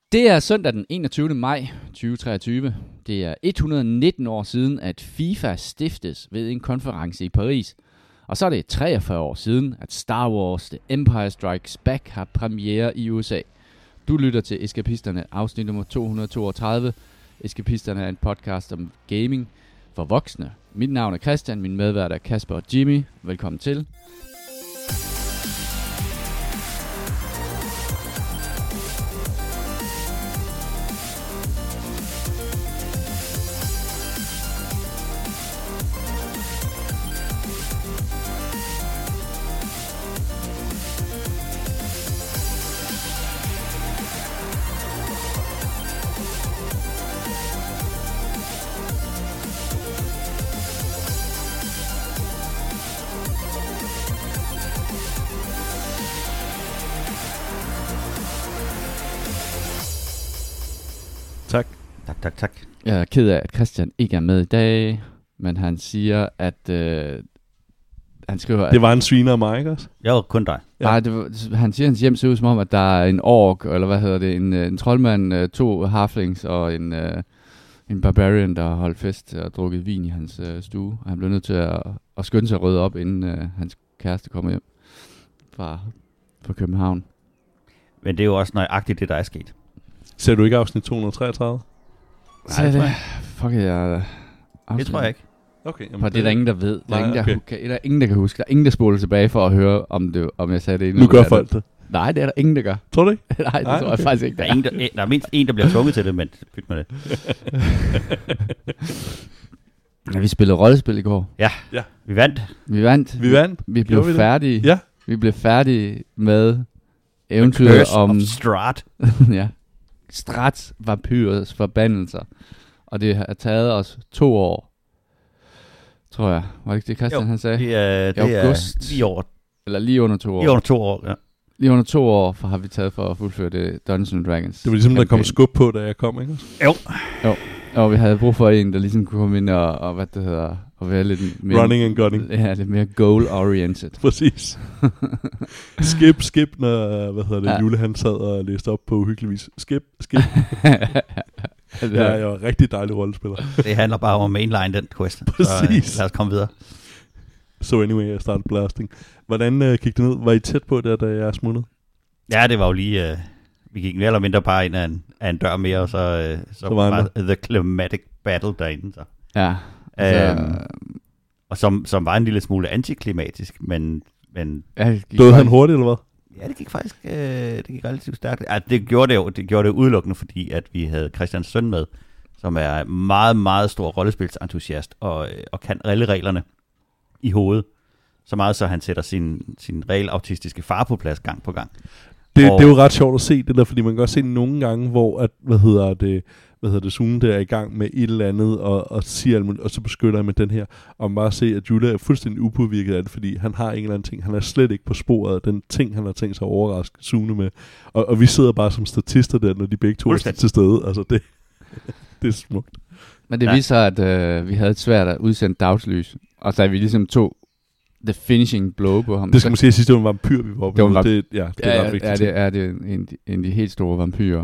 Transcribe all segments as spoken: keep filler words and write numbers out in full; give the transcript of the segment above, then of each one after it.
Det er søndag den enogtyvende maj tyve treogtyve. Det er et hundrede nitten år siden, at FIFA stiftes ved en konference i Paris. Og så er det treogfyrre år siden, at Star Wars The Empire Strikes Back har premiere i U S A. Du lytter til Eskapisterne, afsnit nummer to hundrede toogtredive. Eskapisterne er en podcast om gaming for voksne. Mit navn er Christian, min medvært er Kasper og Jimmy. Velkommen til. Tak. Tak, tak, tak. Jeg er ked af, at Christian ikke er med i dag, men han siger, at øh, han skriver, at Det var en sviner af mig, ikke også? Jeg var kun dig. Ja. nej, det var, han siger, at hans hjem ser ud som om, at der er en ork, eller hvad hedder det, en, en troldmand, to halflings og en, øh, en barbarian, der har holdt fest og drukket vin i hans øh, stue. Og han blev nødt til at, at skynde sig at rydde op, inden øh, hans kæreste kommer hjem fra, fra København. Men det er jo også nøjagtigt det, der er sket. Ser du ikke afsnit to hundrede treogtredive? Så er det, fuck it, jeg... Det tror jeg ikke. Okay. Jamen, For det er der ingen, der ved. Der er, Nej, ingen, der, okay. okay. der er ingen, der kan huske. Der er ingen, der spoler tilbage for at høre, om, det, om jeg sagde det ene. Nu gør eller folk det. Nej, det er der ingen, der gør. Tror du ikke? Nej, det Nej, tror jeg okay. faktisk ikke, Der der er, ingen, der, der er mindst en, der bliver tvunget til det, men pyt med det. Ja, vi spillede rollespil i går. Ja, Ja. vi vandt. Vi vandt. Vi vandt. Vi blev Gjorde vi det? færdige. Ja. Vi blev færdige med eventyret Curse om of Strahd. ja, Strats vampyrets forbandelser. Og det har taget os to år, tror jeg. Var det ikke det, Christian Jo, han sagde? Det er, det er august. lige over, Eller lige under to år. lige over to år, ja. Lige under to år for, har vi taget for at fuldføre det Dungeons and Dragons. Det var ligesom, der kom campaign. skub på, da jeg kom, ikke også? Jo. Og vi havde brug for en, der ligesom kunne komme ind og, og hvad det hedder, og være lidt mere... Running and gunning. Ja, lidt mere goal-oriented. Præcis. skip, skip, når, hvad hedder det, Ja. Jule han sad og læste op på uhyggelig vis. Skip, skip. altså, Ja, jeg var rigtig dejlig rollespiller. Det handler bare om at mainline den quest. Præcis. Så, øh, lad os komme videre. So anyway, jeg startede blasting. Hvordan uh, gik det ned? Var I tæt på der, da jeg smuttede? Ja, det var jo lige... Uh, vi gik mere eller mindre bare ind af en, af en dør mere, og så, uh, så, Så så var var han the climatic battle derinde. Så. ja, altså, Øhm, og som, som var en lille smule antiklimatisk, men, men ja, det gik Døde han godt. hurtigt, eller hvad? ja, det gik faktisk øh, det gik relativt stærkt. Ja, det gjorde det jo det gjorde det udelukkende, fordi at vi havde Christians søn med, som er meget, meget stor rollespilsentusiast og, øh, og kan alle reglerne i hovedet. Så meget, så han sætter sin, sin regelautistiske far på plads gang på gang. Det, Og- det er jo ret sjovt at se det der, fordi man kan godt se nogle gange, hvor at, hvad hedder det, hvad hedder det, Sune der er i gang med et eller andet, og, og siger alt muligt, og så beskytter han med den her, og man bare se, at Julia er fuldstændig upåvirket af det, fordi han har en eller anden ting, han er slet ikke på sporet af den ting, han har tænkt sig at overraske Sune med, og, og vi sidder bare som statister der, når de begge to er Fuldstændig. til stede, altså det, det er smukt. Men det Ja. viser, at øh, vi havde et svært at udsende dagslys. Og så vi ligesom tog the finishing blow på ham. Det skal man sige, at sidst det var en vampyr, vi var oppe Det var en imod. vamp- det, ja, det er ja, ret ja, vigtigt. ja, det er det en, en af de helt store vampyrer.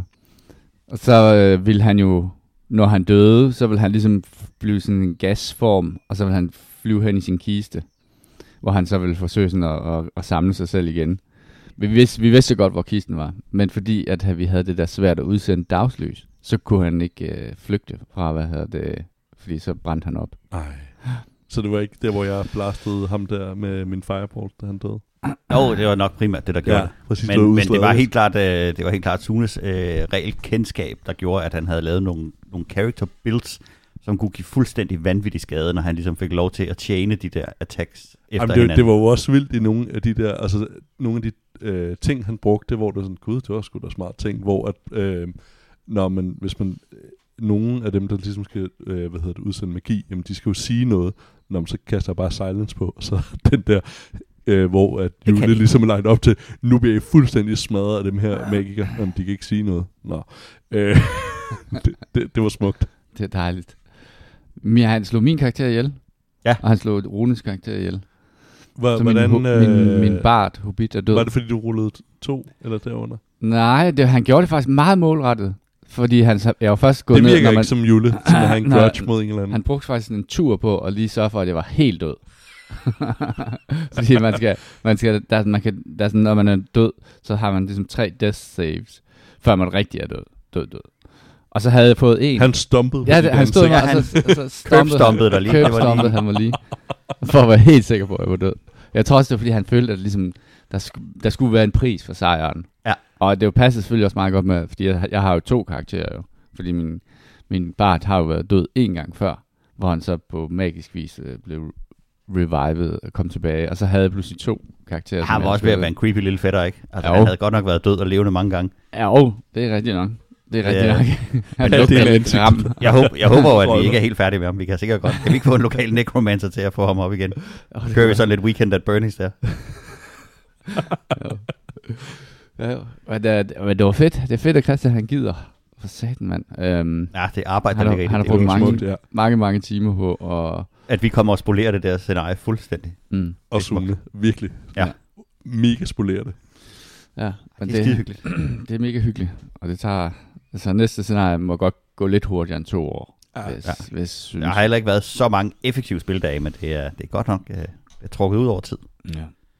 Og så øh, ville han jo, når han døde, så ville han ligesom f- blive sådan en gasform, og så ville han flyve hen i sin kiste, hvor han så ville forsøge sådan at, at, at samle sig selv igen. Vi vidste, vi vidste godt, hvor kisten var, men fordi at vi havde det der svært at udsende dagslys, så kunne han ikke øh, flygte fra, hvad hedder det, fordi så brændte han op. Ej. Så det var ikke der, hvor jeg blastede ham der med min fireball, da han døde? Jo, det var nok primært det, der gjorde Ja, det. præcis. Men, men det var helt klart, øh, det var helt klart Sunes øh, regelkendskab, der gjorde, at han havde lavet nogle, nogle character builds, som kunne give fuldstændig vanvittig skade, når han ligesom fik lov til at tjene de der attacks efter Jamen, det, hinanden. det var jo også vildt i nogle af de der, altså nogle af de øh, ting, han brugte, hvor det var sådan, gud, det var sgu da smart ting, hvor at, øh, når man, hvis man, øh, nogle af dem, der ligesom skal, øh, hvad hedder det, udsende magi, jamen de skal jo sige noget, når man så kaster jeg bare silence på, så den der, øh, hvor at kan Julie de. ligesom er lagt op til, nu bliver I fuldstændig smadret af dem her magikere, jamen de kan ikke sige noget. Nå. Øh, det, det, det var smukt. Det er dejligt. Men han slog min karakter ihjel. Ja. Og han slog Runes karakter ihjel. Hvor, Så min, hvordan, hu- øh, min, min bard, Hobbit, er død. Var det fordi, du rullede to eller derunder? Nej, det, han gjorde det faktisk meget målrettet. Fordi han, jeg var først gået Det ned, virker når ikke man, som Jule, som at have en Nej, grudge mod en eller anden. han brugte faktisk en tur på at lige sørge for, at jeg var helt død. Fordi man skal, man skal, der, er, man kan, der er sådan, når man er død, så har man ligesom tre death saves, før man rigtig er død. død, død. Og så havde jeg fået en. Han stumpede. Ja, det, han stod mig, han- og så, så Curb-stompede dig lige. Det var lige- Curb-stompede han mig lige. For at være helt sikker på, at jeg var død. Jeg tror også, det var, fordi han følte, at ligesom, der, skulle, der skulle være en pris for sejren. Ja. Og det jo passede selvfølgelig også meget godt med, fordi jeg, jeg har jo to karakterer jo. Fordi min, min bard har jo været død en gang før, hvor han så på magisk vis øh, blev revivet og kom tilbage. Og så havde jeg pludselig to karakterer. som Han var jeg også ved at spillede. være en creepy lille fætter, ikke? Altså, Jo. han havde godt nok været død og levende mange gange. Ja, jo, det er rigtigt nok. Det er rigtigt Ja. nok. Han Ja, lugter det er lidt rigtigt. ram. Jeg, håber, jeg håber jo, at Tror vi jeg. ikke er helt færdige med ham. Vi kan sikkert godt. Kan vi ikke få en lokal necromancer til at få ham op igen? Åh, det Kører vi var- sådan lidt Weekend at Bernie's der? Ja, jo. Men det, men det var fedt. Det er fedt, at Christian han gider. For satan, mand. Øhm, Ja, det er arbejde, Han der har- ligger i han det. har Det er brugt jo mange- smukt. ja. mange, mange timer på. Og, At vi kommer og spolerer det der scenarie fuldstændig. mm, Og Sune, virkelig. Ja. Mega spolerende. ja, men Det er skide det, hyggeligt. det er mega hyggeligt. Og det tager... Altså næste scenarie må godt gå lidt hurtigere end to år. Ja. Hvis, Ja. hvis synes. Der har heller ikke været så mange effektive spildage, men det er, det er godt nok uh, det er trukket ud over tid. Ja.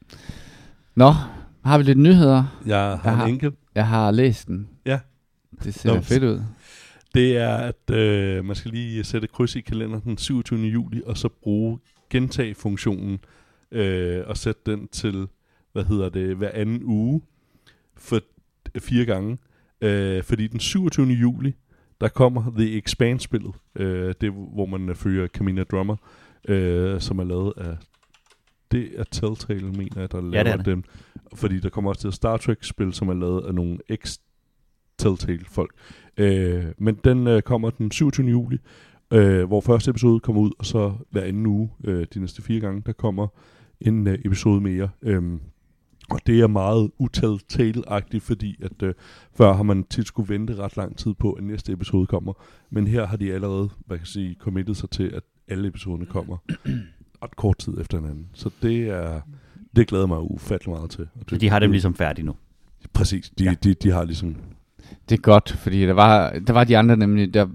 Nå, har vi lidt nyheder? Jeg har Jeg har- en enkelt. Jeg har læst den. Ja. Det ser Nå. fedt ud. Det er, at øh, man skal lige sætte kryds i kalenderen den syvogtyvende juli, og så bruge gentag-funktionen, øh, og sætte den til, hvad hedder det, hver anden uge, for fire gange. Øh, fordi den syvogtyvende juli, der kommer The Expanse-spillet, øh, det hvor man øh, følger Camina Drummer, øh, som er lavet af, det er Telltale, mener jeg, der laver det er det. dem. Fordi der kommer også til et Star Trek-spil, som er lavet af nogle ex-Telltale-folk. Øh, men den øh, kommer den syvogtyvende juli, øh, hvor første episode kommer ud, og så hver anden uge, øh, de næste fire gange, der kommer en øh, episode mere. Øhm, og det er meget utelltale-agtigt, fordi at øh, før har man tit skulle vente ret lang tid på, at næste episode kommer. Men her har de allerede, hvad kan jeg sige, committet sig til, at alle episoderne kommer ret kort tid efter hinanden. Så det er, det glæder mig ufattelig meget til. Og Så det, de har dem ligesom færdige nu. Præcis, de, Ja. de, de har ligesom... Det er godt, fordi der var, der var de andre nemlig, der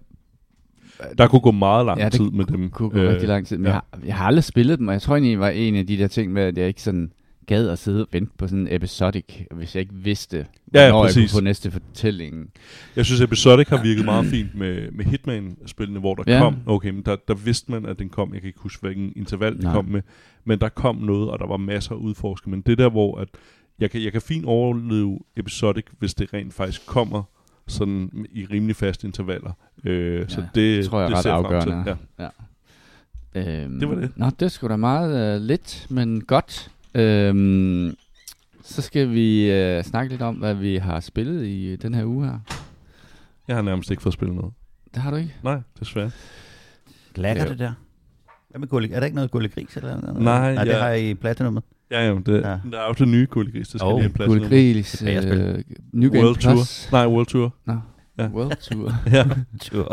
Der kunne gå meget lang Ja, det tid med dem. kunne gå øh, rigtig lang tid. Men ja. jeg, har, jeg har aldrig spillet dem, og jeg tror egentlig, var en af de der ting med, at jeg ikke sådan gad at sidde og vente på sådan en episodic, hvis jeg ikke vidste, Ja, ja, hvornår jeg præcis. kunne få næste fortælling. Jeg synes, Episodic har virket meget fint med, med Hitman-spillene, hvor der Ja. kom... Okay, men der, der vidste man, at den kom. Jeg kan ikke huske, hvilken interval den Nej. kom med. Men der kom noget, og der var masser af udforske. Men det der, hvor at jeg kan, jeg kan fint overleve Episodic, hvis det rent faktisk kommer sådan i rimelig faste intervaller. Øh, så det, det tror jeg det er ret ser jeg frem afgørende. til. Ja. Ja. Øhm, Det var det. Nå, det er sgu da meget uh, lidt, men godt. Øhm, så skal vi uh, snakke lidt om, hvad vi har spillet i den her uge her. Jeg har nærmest ikke fået spillet noget. Det har du ikke? Nej, desværre. Lækker Ja. det der. Hvad med Gulli? Er der ikke noget Gulli Gris eller noget? Nej, Nej, det jeg- har I i Platinummet. Ja, jo, det, Ja. ja. Der er jo det nye Gulligris, der skal Oh, lige have plads. Guld Grillis, Det er bagerspil. uh, New Game World Tour. Plus. Nej, World Tour. Nå, Ja. World Tour. Ja. Sure.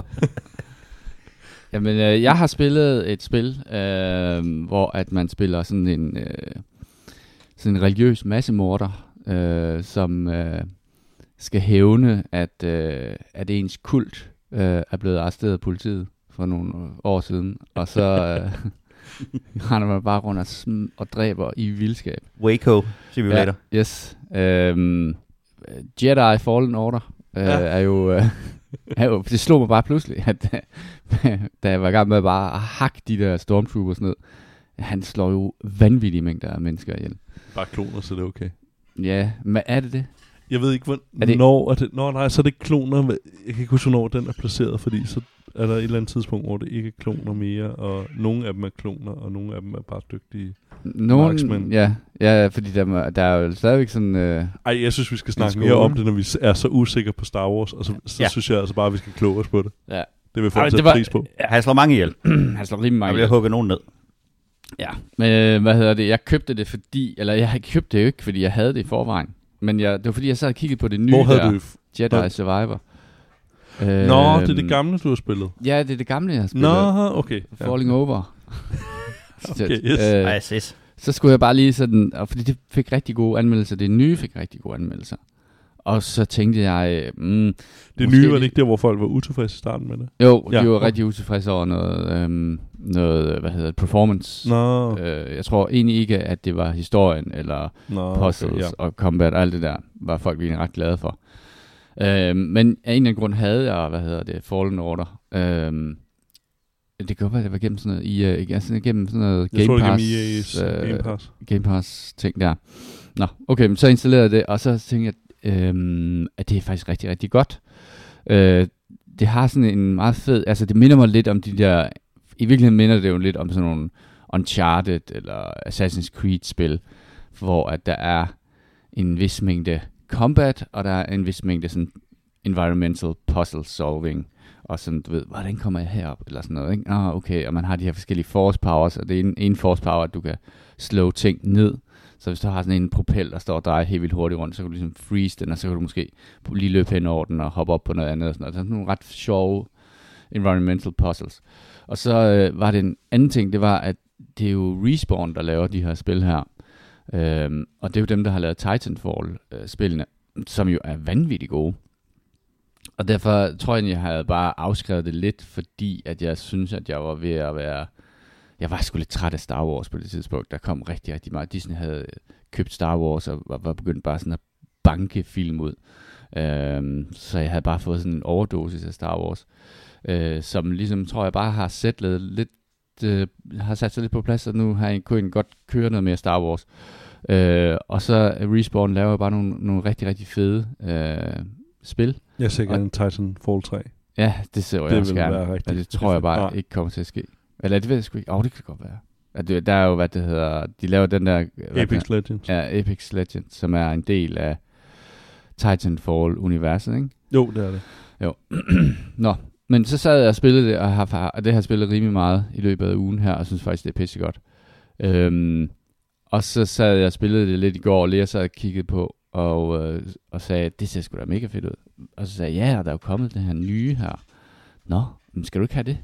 Jamen, øh, jeg har spillet et spil, øh, hvor at man spiller sådan en, øh, sådan en religiøs massemorder, øh, som øh, skal hævne, at, øh, at ens kult øh, er blevet arresteret af politiet for nogle år siden. Og så øh, render man bare rundt og, sm- og dræber i vildskab. Waco Simulator. Ja, yes. Øhm, Jedi Fallen Order øh, Ja. er, jo, øh, er jo... Det slog mig bare pludselig, at da jeg var i gang med bare at hakke de der stormtroopers ned, han slår jo vanvittige mængder af mennesker ihjel. Bare kloner, så det er okay. Ja, men er det det? Jeg ved ikke, hvornår Er det- er det... Nå, nej, så er det ikke kloner. Jeg kan ikke huske, hvornår den er placeret, fordi så er der et eller andet tidspunkt, hvor det ikke er kloner mere, og nogle af dem er kloner, og nogle af dem er bare dygtige. Nogen, Marksman. ja, ja, fordi der, må- der er jo stadigvæk sådan... Øh, Ej, jeg synes, vi skal snakke skole. mere om det, når vi s- er så usikre på Star Wars, og så, så Ja. ja. synes jeg altså bare, at vi skal kloge os på det. ja, Det vil Ej, folk det sætte var- pris på. Han slår mange ihjel. han slår rimelig mange Han ihjel. vil hugge nogen ned. Ja, men øh, hvad hedder det? Jeg købte det fordi... Eller jeg købte det jo ikke, fordi jeg havde det i forvejen. Men jeg, det var fordi, jeg sad og kiggede på det nye Hvor havde der, du... f- Jedi Hvor- Survivor. Nå, det er det Øhm, gamle, du har spillet. Ja, det er det gamle, jeg har spillet. Nå, okay. Falling Over. Okay, yes. øh, Ej, sis. så skulle jeg bare lige sådan, og fordi det fik rigtig gode anmeldelser, det nye fik rigtig gode anmeldelser. Og så tænkte jeg... Mm, det nye var det ikke der, hvor folk var utilfredse i starten med det? Jo, ja. de var rigtig utilfredse over noget, øhm, noget hvad hedder det, performance. Nå. Øh, jeg tror egentlig ikke, at det var historien, eller Nå, puzzles okay, ja. og combat, og alt det der, var folk egentlig ret glade for. Øhm, men af en eller anden grund havde jeg, hvad hedder det, Fallen Order. Øhm, det kan godt være, det var gennem sådan noget, i, uh, altså gennem sådan noget Game tror, Pass, det uh, Game Pass. Game Pass ting der. Nå, okay, men så installerede jeg det, og så tænkte jeg, Øhm, at det er faktisk rigtig, rigtig godt. Øh, det har sådan en meget fed... Altså, det minder mig lidt om de der... I virkeligheden minder det jo lidt om sådan nogle Uncharted eller Assassin's Creed-spil, hvor at der er en vis mængde combat, og der er en vis mængde sådan environmental puzzle solving, og sådan, du ved, hvordan kommer jeg herop, eller sådan noget, ikke? Ah, okay, og man har de her forskellige force powers, og det er en, en force power, at du kan slå ting ned. Så hvis du har sådan en propel, der står og drejer helt vildt hurtigt rundt, så kan du ligesom freeze den, og så kan du måske lige løbe hen over den og hoppe op på noget andet. Og sådan noget. Så er nogle ret sjove environmental puzzles. Og så øh, var det en anden ting, det var, at det er jo Respawn, der laver de her spil her. Øhm, og det er jo dem, der har lavet Titanfall-spillene, øh, som jo er vanvittigt gode. Og derfor tror jeg, at jeg havde bare afskrevet det lidt, fordi at jeg synes, at jeg var ved at være... Jeg var sgu lidt træt af Star Wars på det tidspunkt. Der kom rigtig, rigtig meget. Disney havde købt Star Wars og var, var begyndt bare sådan at banke film ud. Øhm, så jeg havde bare fået sådan en overdosis af Star Wars, øh, som ligesom, tror jeg, bare har sætlet lidt, øh, har sat sig lidt på plads, og nu har jeg kunne godt køre noget mere Star Wars. Øh, og så Respawn laver bare nogle, nogle rigtig, rigtig fede øh, spil. Jeg ser gerne Titanfall tre. Ja, det ser jeg det også gerne. Og det tror jeg bare ja. ikke kommer til at ske. Eller det ved jeg sgu ikke. Åh, oh, det kan godt være. At det, der er jo, hvad det hedder, de laver den der... Apex Legends. Ja, Apex Legends, som er en del af Titanfall-universet, ikke? Jo, det er det. Jo. Nå, men så sad jeg og spillede det, og, har, og det har jeg spillet rimelig meget i løbet af ugen her, og synes faktisk, det er pissegodt. Øhm, og så sad jeg og spillede det lidt i går, og Lea sad og kiggede på, og, øh, og sagde, det ser sgu da mega fedt ud. Og så sagde jeg, ja, der er jo kommet det her nye her. Nå, men skal du ikke have det?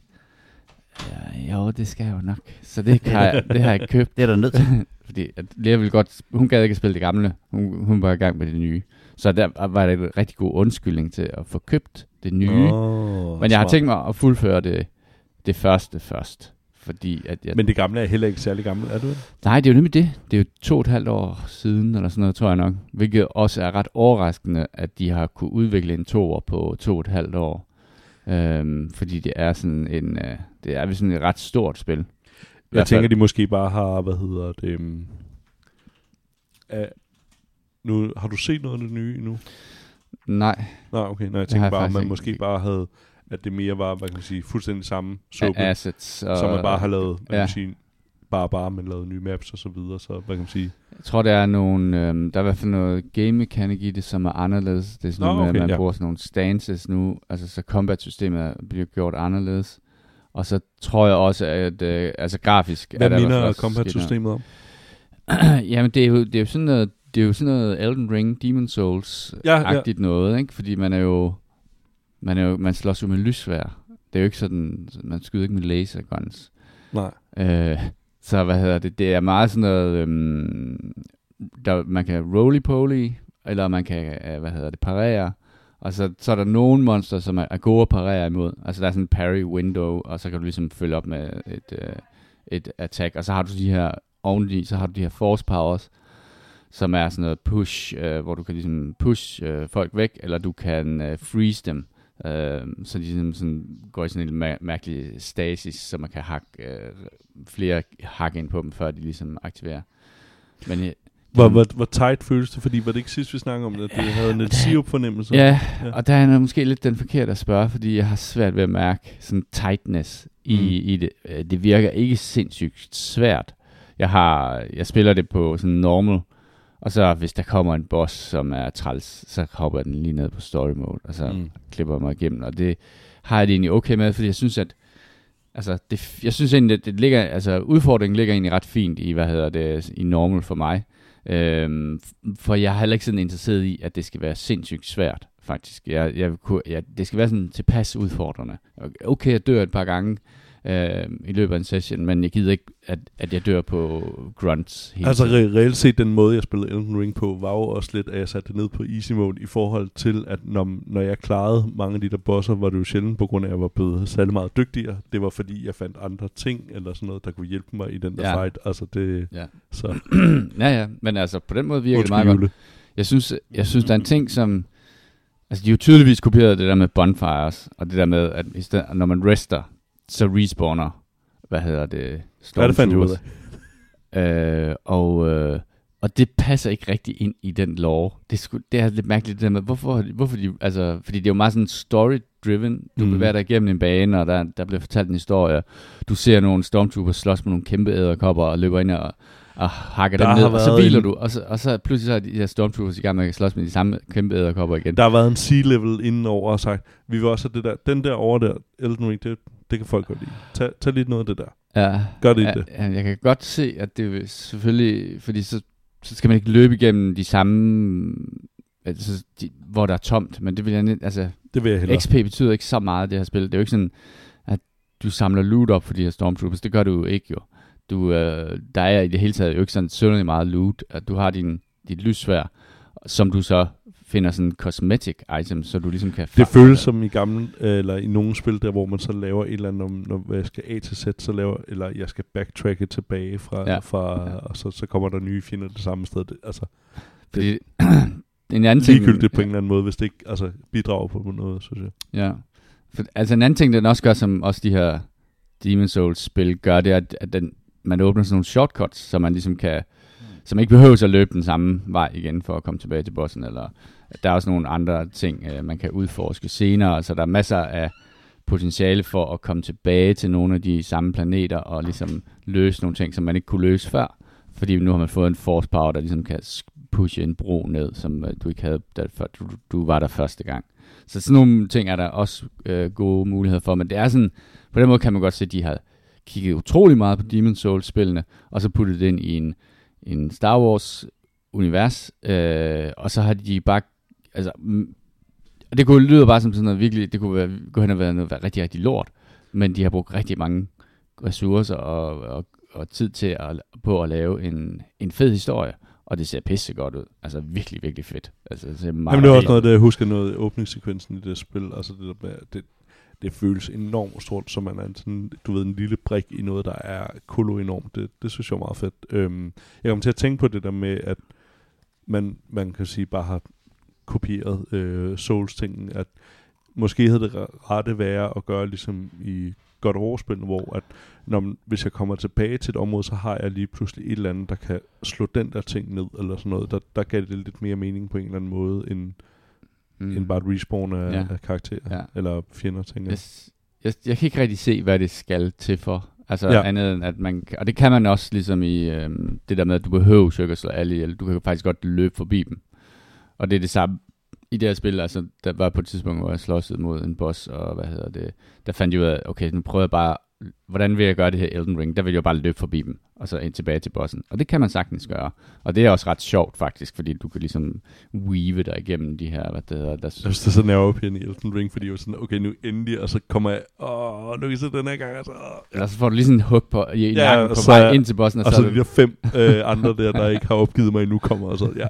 Ja, jo, det skal jeg jo nok. Så det, kan jeg, det har jeg købt. Det er der nødt til. Fordi at Lea ville godt... Hun gad ikke at spille det gamle. Hun, hun var i gang med det nye. Så der var det en rigtig god undskyldning til at få købt det nye. Oh, Men jeg har tænkt mig at fuldføre det, det første først. Fordi at jeg... Men det gamle er heller ikke særlig gammelt, er du det? Nej, det er jo nemlig det. Det er jo to og et halvt år siden, eller sådan noget, tror jeg nok. Hvilket også er ret overraskende, at de har kunne udvikle en toer på to og et halvt år. Øhm, fordi det er sådan en... Øh, det er sådan et ret stort spil. Jeg tænker, de måske bare har, hvad hedder det... Um, uh, nu, har du set noget af det nye nu? Nej. Nej, okay. Nå, jeg tænker bare, at man måske ikke. bare havde... At det mere var, hvad kan man sige, fuldstændig samme suppe. Assets. Og, som man bare har lavet, hvad ja. kan man sige, bare bare, men lavet nye maps og så videre. Så hvad kan man sige... Jeg tror, der er nogle... Øhm, der er i hvert fald noget game mechanic i det, som er anderledes. Det er sådan Nå, noget, okay, man ja. bruger sådan nogle stances nu. Altså, så combat-systemet bliver gjort anderledes. Og så tror jeg også, at øh, altså grafisk... Hvad er der minder combat-systemet om? Jamen, det er, jo, det er jo sådan noget... Det er jo sådan noget Elden Ring, Demon Souls-agtigt ja, ja. noget, ikke? Fordi man er jo... Man, er jo, man slås jo med lysvær. Det er jo ikke sådan... Man skyder ikke med laserguns. Nej. Øh, så hvad hedder det? Det er meget sådan noget... Øhm, der, man kan roly-poly, eller man kan, hvad hedder det, parere. Og så, så er der nogle monster, som er, er gode at parere imod. Altså der er sådan en parry window, og så kan du ligesom følge op med et, øh, et attack. Og så har du de her oveni, så har du de her force powers, som er sådan noget push, øh, hvor du kan ligesom push øh, folk væk, eller du kan øh, freeze dem. Øh, så de ligesom sådan går i sådan en ma- mærkelig stasis, så man kan hakke øh, flere hakke ind på dem, før de ligesom aktiverer. Men øh, Hvor, hvor, hvor tight føles det? Fordi var det ikke sidst, vi snakkede om det, at du havde en lidt sirup-fornemmelse? Ja, ja, og der er måske lidt den forkerte at spørge, fordi jeg har svært ved at mærke sådan tightness i, mm. i det. Det virker ikke sindssygt svært. Jeg har, jeg spiller det på sådan normal, og så hvis der kommer en boss, som er træls, så hopper jeg den lige ned på story mode, og så mm. klipper jeg mig igennem. Og det har jeg det egentlig okay med, fordi jeg synes, at altså, det, jeg synes egentlig, at det ligger, altså, udfordringen ligger egentlig ret fint i, hvad hedder det, i normal for mig. Øhm, for jeg er heller ikke sådan interesseret i, at det skal være sindssygt svært, faktisk. Jeg, jeg, jeg, det skal være sådan tilpas udfordrende. Okay, jeg dør et par gange, øh, i løbet af en session, men jeg gider ikke, at, at jeg dør på grunts hele Altså tiden. re- reelt set, den måde, jeg spillede Elden Ring på, var jo også lidt, at jeg satte det ned på easy mode i forhold til, at når, når jeg klarede mange af de der bosser, var det jo sjældent på grund af, at jeg var blevet særlig meget dygtigere. Det var fordi, jeg fandt andre ting, eller sådan noget, der kunne hjælpe mig i den der Ja. fight. Altså det... Ja. Så... ja, ja, men altså på den måde virker det Undskyld, meget godt. Jule. Jeg synes, jeg synes, der er en ting, som... Altså, de har jo tydeligvis kopieret det der med bonfires, og det der med, at i stedet, når man rester, så respawner, hvad hedder det? Ja, det fandt jeg ud af. Øh, og, øh, og det passer ikke rigtig ind i den lore. Det er, sgu, det er lidt mærkeligt, det der med, hvorfor, hvorfor de... Altså, fordi det er jo meget sådan story-driven. Du mm. Mm. bevæger dig igennem en bane, og der, der bliver fortalt en historie. Du ser nogle stormtroopers slås med nogle kæmpe æderkopper, og løber ind og... og hakker Der dem har ned, og så været hviler en- du, og så, og så pludselig så er de her stormtroopers i gang med at slås med de samme kæmpe æderkopper igen. Der har været en C-level indenover og sagt, vi vil også have det der, den der over der, Elden Ring, det, det kan folk godt lide. Tag, tag lidt noget af det der. Ja, Gør det ja, det. ja, jeg kan godt se, at det vil selvfølgelig, fordi så, så skal man ikke løbe igennem de samme, altså, de, hvor der er tomt, men det vil jeg, net- altså, Det vil jeg hellere. X P betyder ikke så meget, det her spil. Det er jo ikke sådan, at du samler loot op for de her stormtroopers. Det gør du jo ikke, jo. Du, øh, der er i det hele taget jo ikke sådan synderligt meget loot. At du har din, dit lyssværd, som du så finder sådan cosmetic items, så du ligesom kan... Det føles som i gamle, eller i nogle spil, der hvor man så laver et eller andet, om, når jeg skal A til Z, så laver, eller jeg skal backtracke tilbage fra, Ja. fra Ja. og så, så kommer der nye fjender det samme sted. Det, altså, Fordi, en anden ting... ligegyldigt på en eller anden måde, hvis det ikke altså, bidrager på noget, synes jeg. Ja. For, altså en anden ting, den også gør, som også de her Demon's Souls-spil gør, det er, at, at den, man åbner sådan nogle shortcuts, så man ligesom kan... Som ikke behøver at løbe den samme vej igen for at komme tilbage til bossen, eller der er også nogle andre ting, øh, man kan udforske senere, så der er masser af potentiale for at komme tilbage til nogle af de samme planeter og ligesom løse nogle ting, som man ikke kunne løse før, fordi nu har man fået en force power, der ligesom kan pushe en bro ned, som øh, du ikke havde, da før du, du var der første gang. Så sådan nogle ting er der også øh, gode muligheder for, men det er sådan, på den måde kan man godt se, at de har kigget utrolig meget på Demon's Souls-spillene, og så puttet det ind i en en Star Wars univers, øh, og så har de bare, altså, mm, det kunne lyde bare som sådan noget virkelig, det kunne, være, kunne hen og være noget være rigtig, rigtig lort, men de har brugt rigtig mange ressourcer og, og, og tid til at, på at lave en, en fed historie, og det ser pisse godt ud, altså virkelig, virkelig fedt. Altså, det ser meget Jamen, det er også helt- noget, der jeg husker noget åbningssekvensen i det spil, altså det der med, det, det føles enormt stort, som man er en sådan, du ved, en lille brik i noget, der er kolo enormt. Det, det synes jeg er meget fedt. Øhm, jeg kom til at tænke på det der med, at man, man kan sige, bare har kopieret øh, Souls-tingen, at måske havde det rette være at gøre ligesom i God of War-spillene, hvor at når man, hvis jeg kommer tilbage til et område, så har jeg lige pludselig et eller andet, der kan slå den der ting ned, eller sådan noget. Der, der gav det lidt mere mening på en eller anden måde, end mm. end bare et respawn af, Ja. af karakterer, Ja. eller fjender, tænker jeg. Jeg, jeg, jeg kan ikke rigtig se, hvad det skal til for. Altså Ja. ja. andet end, at man kan, og det kan man også ligesom i øhm, det der med, at du behøver ikke at slå alle ihjel. Du kan faktisk godt løbe forbi dem. Og det er det samme i det her spil. Altså, der var på et tidspunkt, hvor jeg slåsede mod en boss, og hvad hedder det, der fandt jeg ud af, okay, nu prøver jeg bare, hvordan vil jeg gøre det her Elden Ring? Der vil jeg jo bare løbe forbi dem, og så ind tilbage til bossen. Og det kan man sagtens gøre. Og det er også ret sjovt faktisk, fordi du kan ligesom weave dig igennem de her, hvad det hedder, der Jeg synes, det er så nervepirrende i Elden Ring, fordi jeg var sådan, okay, nu endelig, og så kommer jeg, åh, nu kan I se den her gang, altså. ja. Og så får du lige sådan en hug på, i Ja, nakken på så- vej ind til bossen, og, Og så, så er de du- der fem øh, andre der, der ikke har opgivet mig endnu, kommer, og så, ja.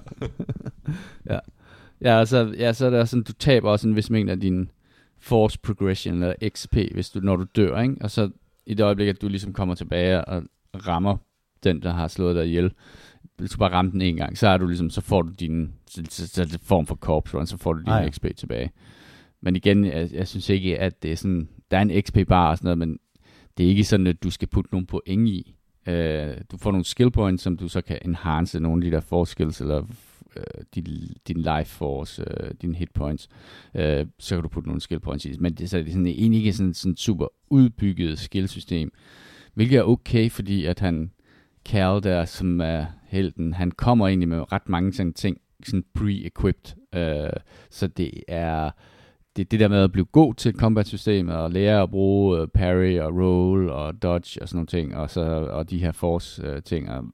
ja. Ja, og så, ja, så er der sådan, du taber også en vis mængde af din force progression, eller X P, hvis du, når du dør, ikke? Og så i det øjeblik, at du ligesom kommer tilbage og rammer den, der har slået dig ihjel, hvis du bare rammer den en gang, så er du ligesom, så får du din, så, så, så er det form for corpse run, så får du din Ah, ja. X P tilbage. Men igen, jeg, jeg synes ikke, at det er sådan, der er en X P bar og sådan noget, men det er ikke sådan, at du skal putte nogle point i. Uh, du får nogle skill points, som du så kan enhance nogle af de der force skills, eller uh, din, din life force, uh, dine hit points, uh, så kan du putte nogle skill points i. Men det, så er det sådan, egentlig ikke sådan sådan super udbygget skillsystem, hvilket er okay, fordi at han, Cal der, som er helten, han kommer egentlig med ret mange sådan ting, sådan pre-equipped, uh, så det er det, det der med at blive god til combat-systemet, og lære at bruge uh, parry og roll og dodge og sådan nogle ting, og, så, og de her force-ting, uh, uh,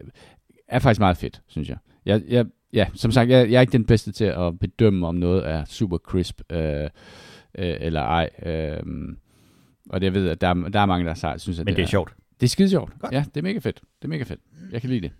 er faktisk meget fedt, synes jeg. Jeg, jeg ja, som sagt, jeg, jeg er ikke den bedste til at bedømme, om noget er super crisp, uh, uh, eller ej. Uh, Og det jeg ved, at der, er- der er mange, der sej- synes, at Men det er sjovt. Det er skide sjovt. Godt. Ja, det er mega fedt. Det er mega fedt. Jeg kan lide det.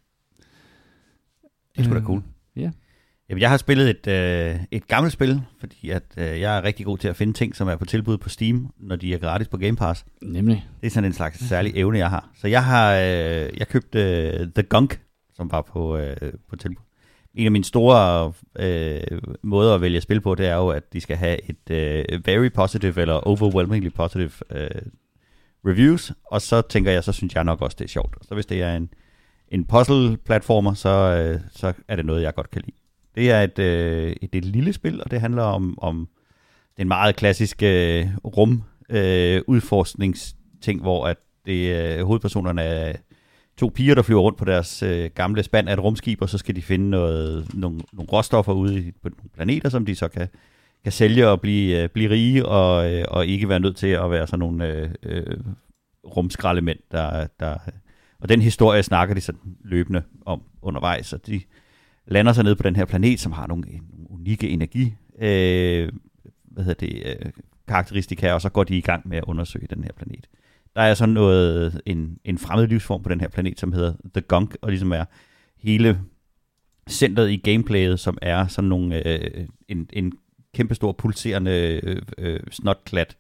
Det er sgu da Øh, cool. Ja. Jamen, jeg har spillet et, øh, et gammelt spil, fordi at, øh, jeg er rigtig god til at finde ting, som er på tilbud på Steam, når de er gratis på Game Pass. Nemlig. Det er sådan en slags særlig evne, jeg har. Så jeg har øh, jeg købte øh, The Gunk, som var på, øh, på tilbud. En af mine store øh, måder at vælge spil på, det er jo, at de skal have et øh, very positive eller overwhelmingly positive øh, reviews, og så tænker jeg, så synes jeg nok også, det er sjovt. Så hvis det er en, en puzzle-platformer, så, øh, så er det noget, jeg godt kan lide. Det er et, øh, et, et lille spil, og det handler om, om den meget klassiske øh, rum øh, udforskningsting, hvor at det, øh, hovedpersonerne er to piger, der flyver rundt på deres øh, gamle spand af et rumskib, og så skal de finde noget, nogle, nogle råstoffer ude i, på nogle planeter, som de så kan, kan sælge og blive, øh, blive rige, og, øh, og ikke være nødt til at være sådan nogle øh, øh, rumskraldemænd, der, der... Og den historie snakker de sådan løbende om undervejs, og de lander sig ned på den her planet, som har nogle, nogle unikke energi, øh, hvad hedder det, øh, karakteristika, og så går de i gang med at undersøge den her planet. Der er sådan noget, en, en fremmed livsform på den her planet, som hedder The Gunk, og ligesom er hele centret i gameplayet, som er sådan nogle, øh, en, en kæmpestor pulserende øh, øh, snotklat,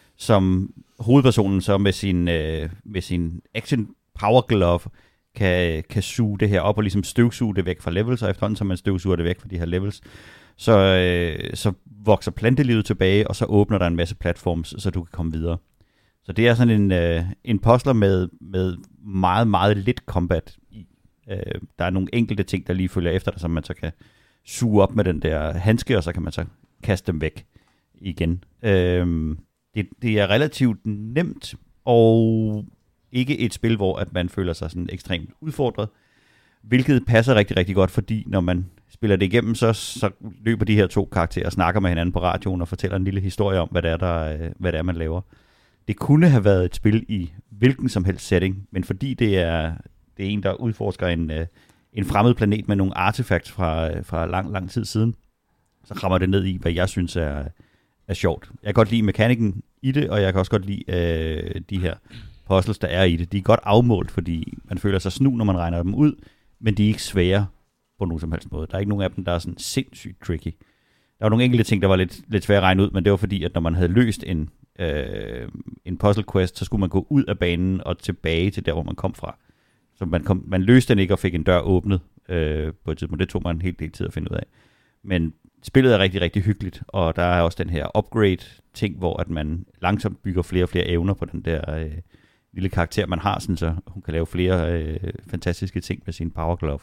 som hovedpersonen så med sin, øh, med sin action power glove kan, kan suge det her op og ligesom støvsuge det væk fra levels, og efterhånden som man støvsuger det væk fra de her levels, så, øh, så vokser plantelivet tilbage, og så åbner der en masse platforms, så du kan komme videre. Så det er sådan en, øh, en puzzler med, med meget, meget lidt combat i. Øh, der er nogle enkelte ting, der lige følger efter dig, som man så kan suge op med den der handske, og så kan man så kaste dem væk igen. Øh, det, det er relativt nemt, og ikke et spil, hvor at man føler sig sådan ekstremt udfordret, hvilket passer rigtig, rigtig godt, fordi når man spiller det igennem, så, så løber de her to karakterer og snakker med hinanden på radioen og fortæller en lille historie om, hvad det er, der, hvad det er man laver. Det kunne have været et spil i hvilken som helst setting, men fordi det er, det er en, der udforsker en, en fremmed planet med nogle artefacts fra, fra lang, lang tid siden, så rammer det ned i, hvad jeg synes er, er sjovt. Jeg kan godt lide mekanikken i det, og jeg kan også godt lide øh, de her puzzles, der er i det. De er godt afmålt, fordi man føler sig snu, når man regner dem ud, men de er ikke svære på nogen som helst måde. Der er ikke nogen af dem, der er sådan sindssygt tricky. Der var nogle enkelte ting, der var lidt, lidt svære at regne ud, men det var fordi, at når man havde løst en, øh, en puzzle quest, så skulle man gå ud af banen og tilbage til der, hvor man kom fra. Så man, kom, man løste den ikke og fik en dør åbnet øh, på et tidspunkt. Det tog man en hel del tid at finde ud af. Men spillet er rigtig, rigtig hyggeligt, og der er også den her upgrade-ting, hvor at man langsomt bygger flere og flere evner på den der øh, lille karakter, man har, sådan, så hun kan lave flere øh, fantastiske ting med sin power glove.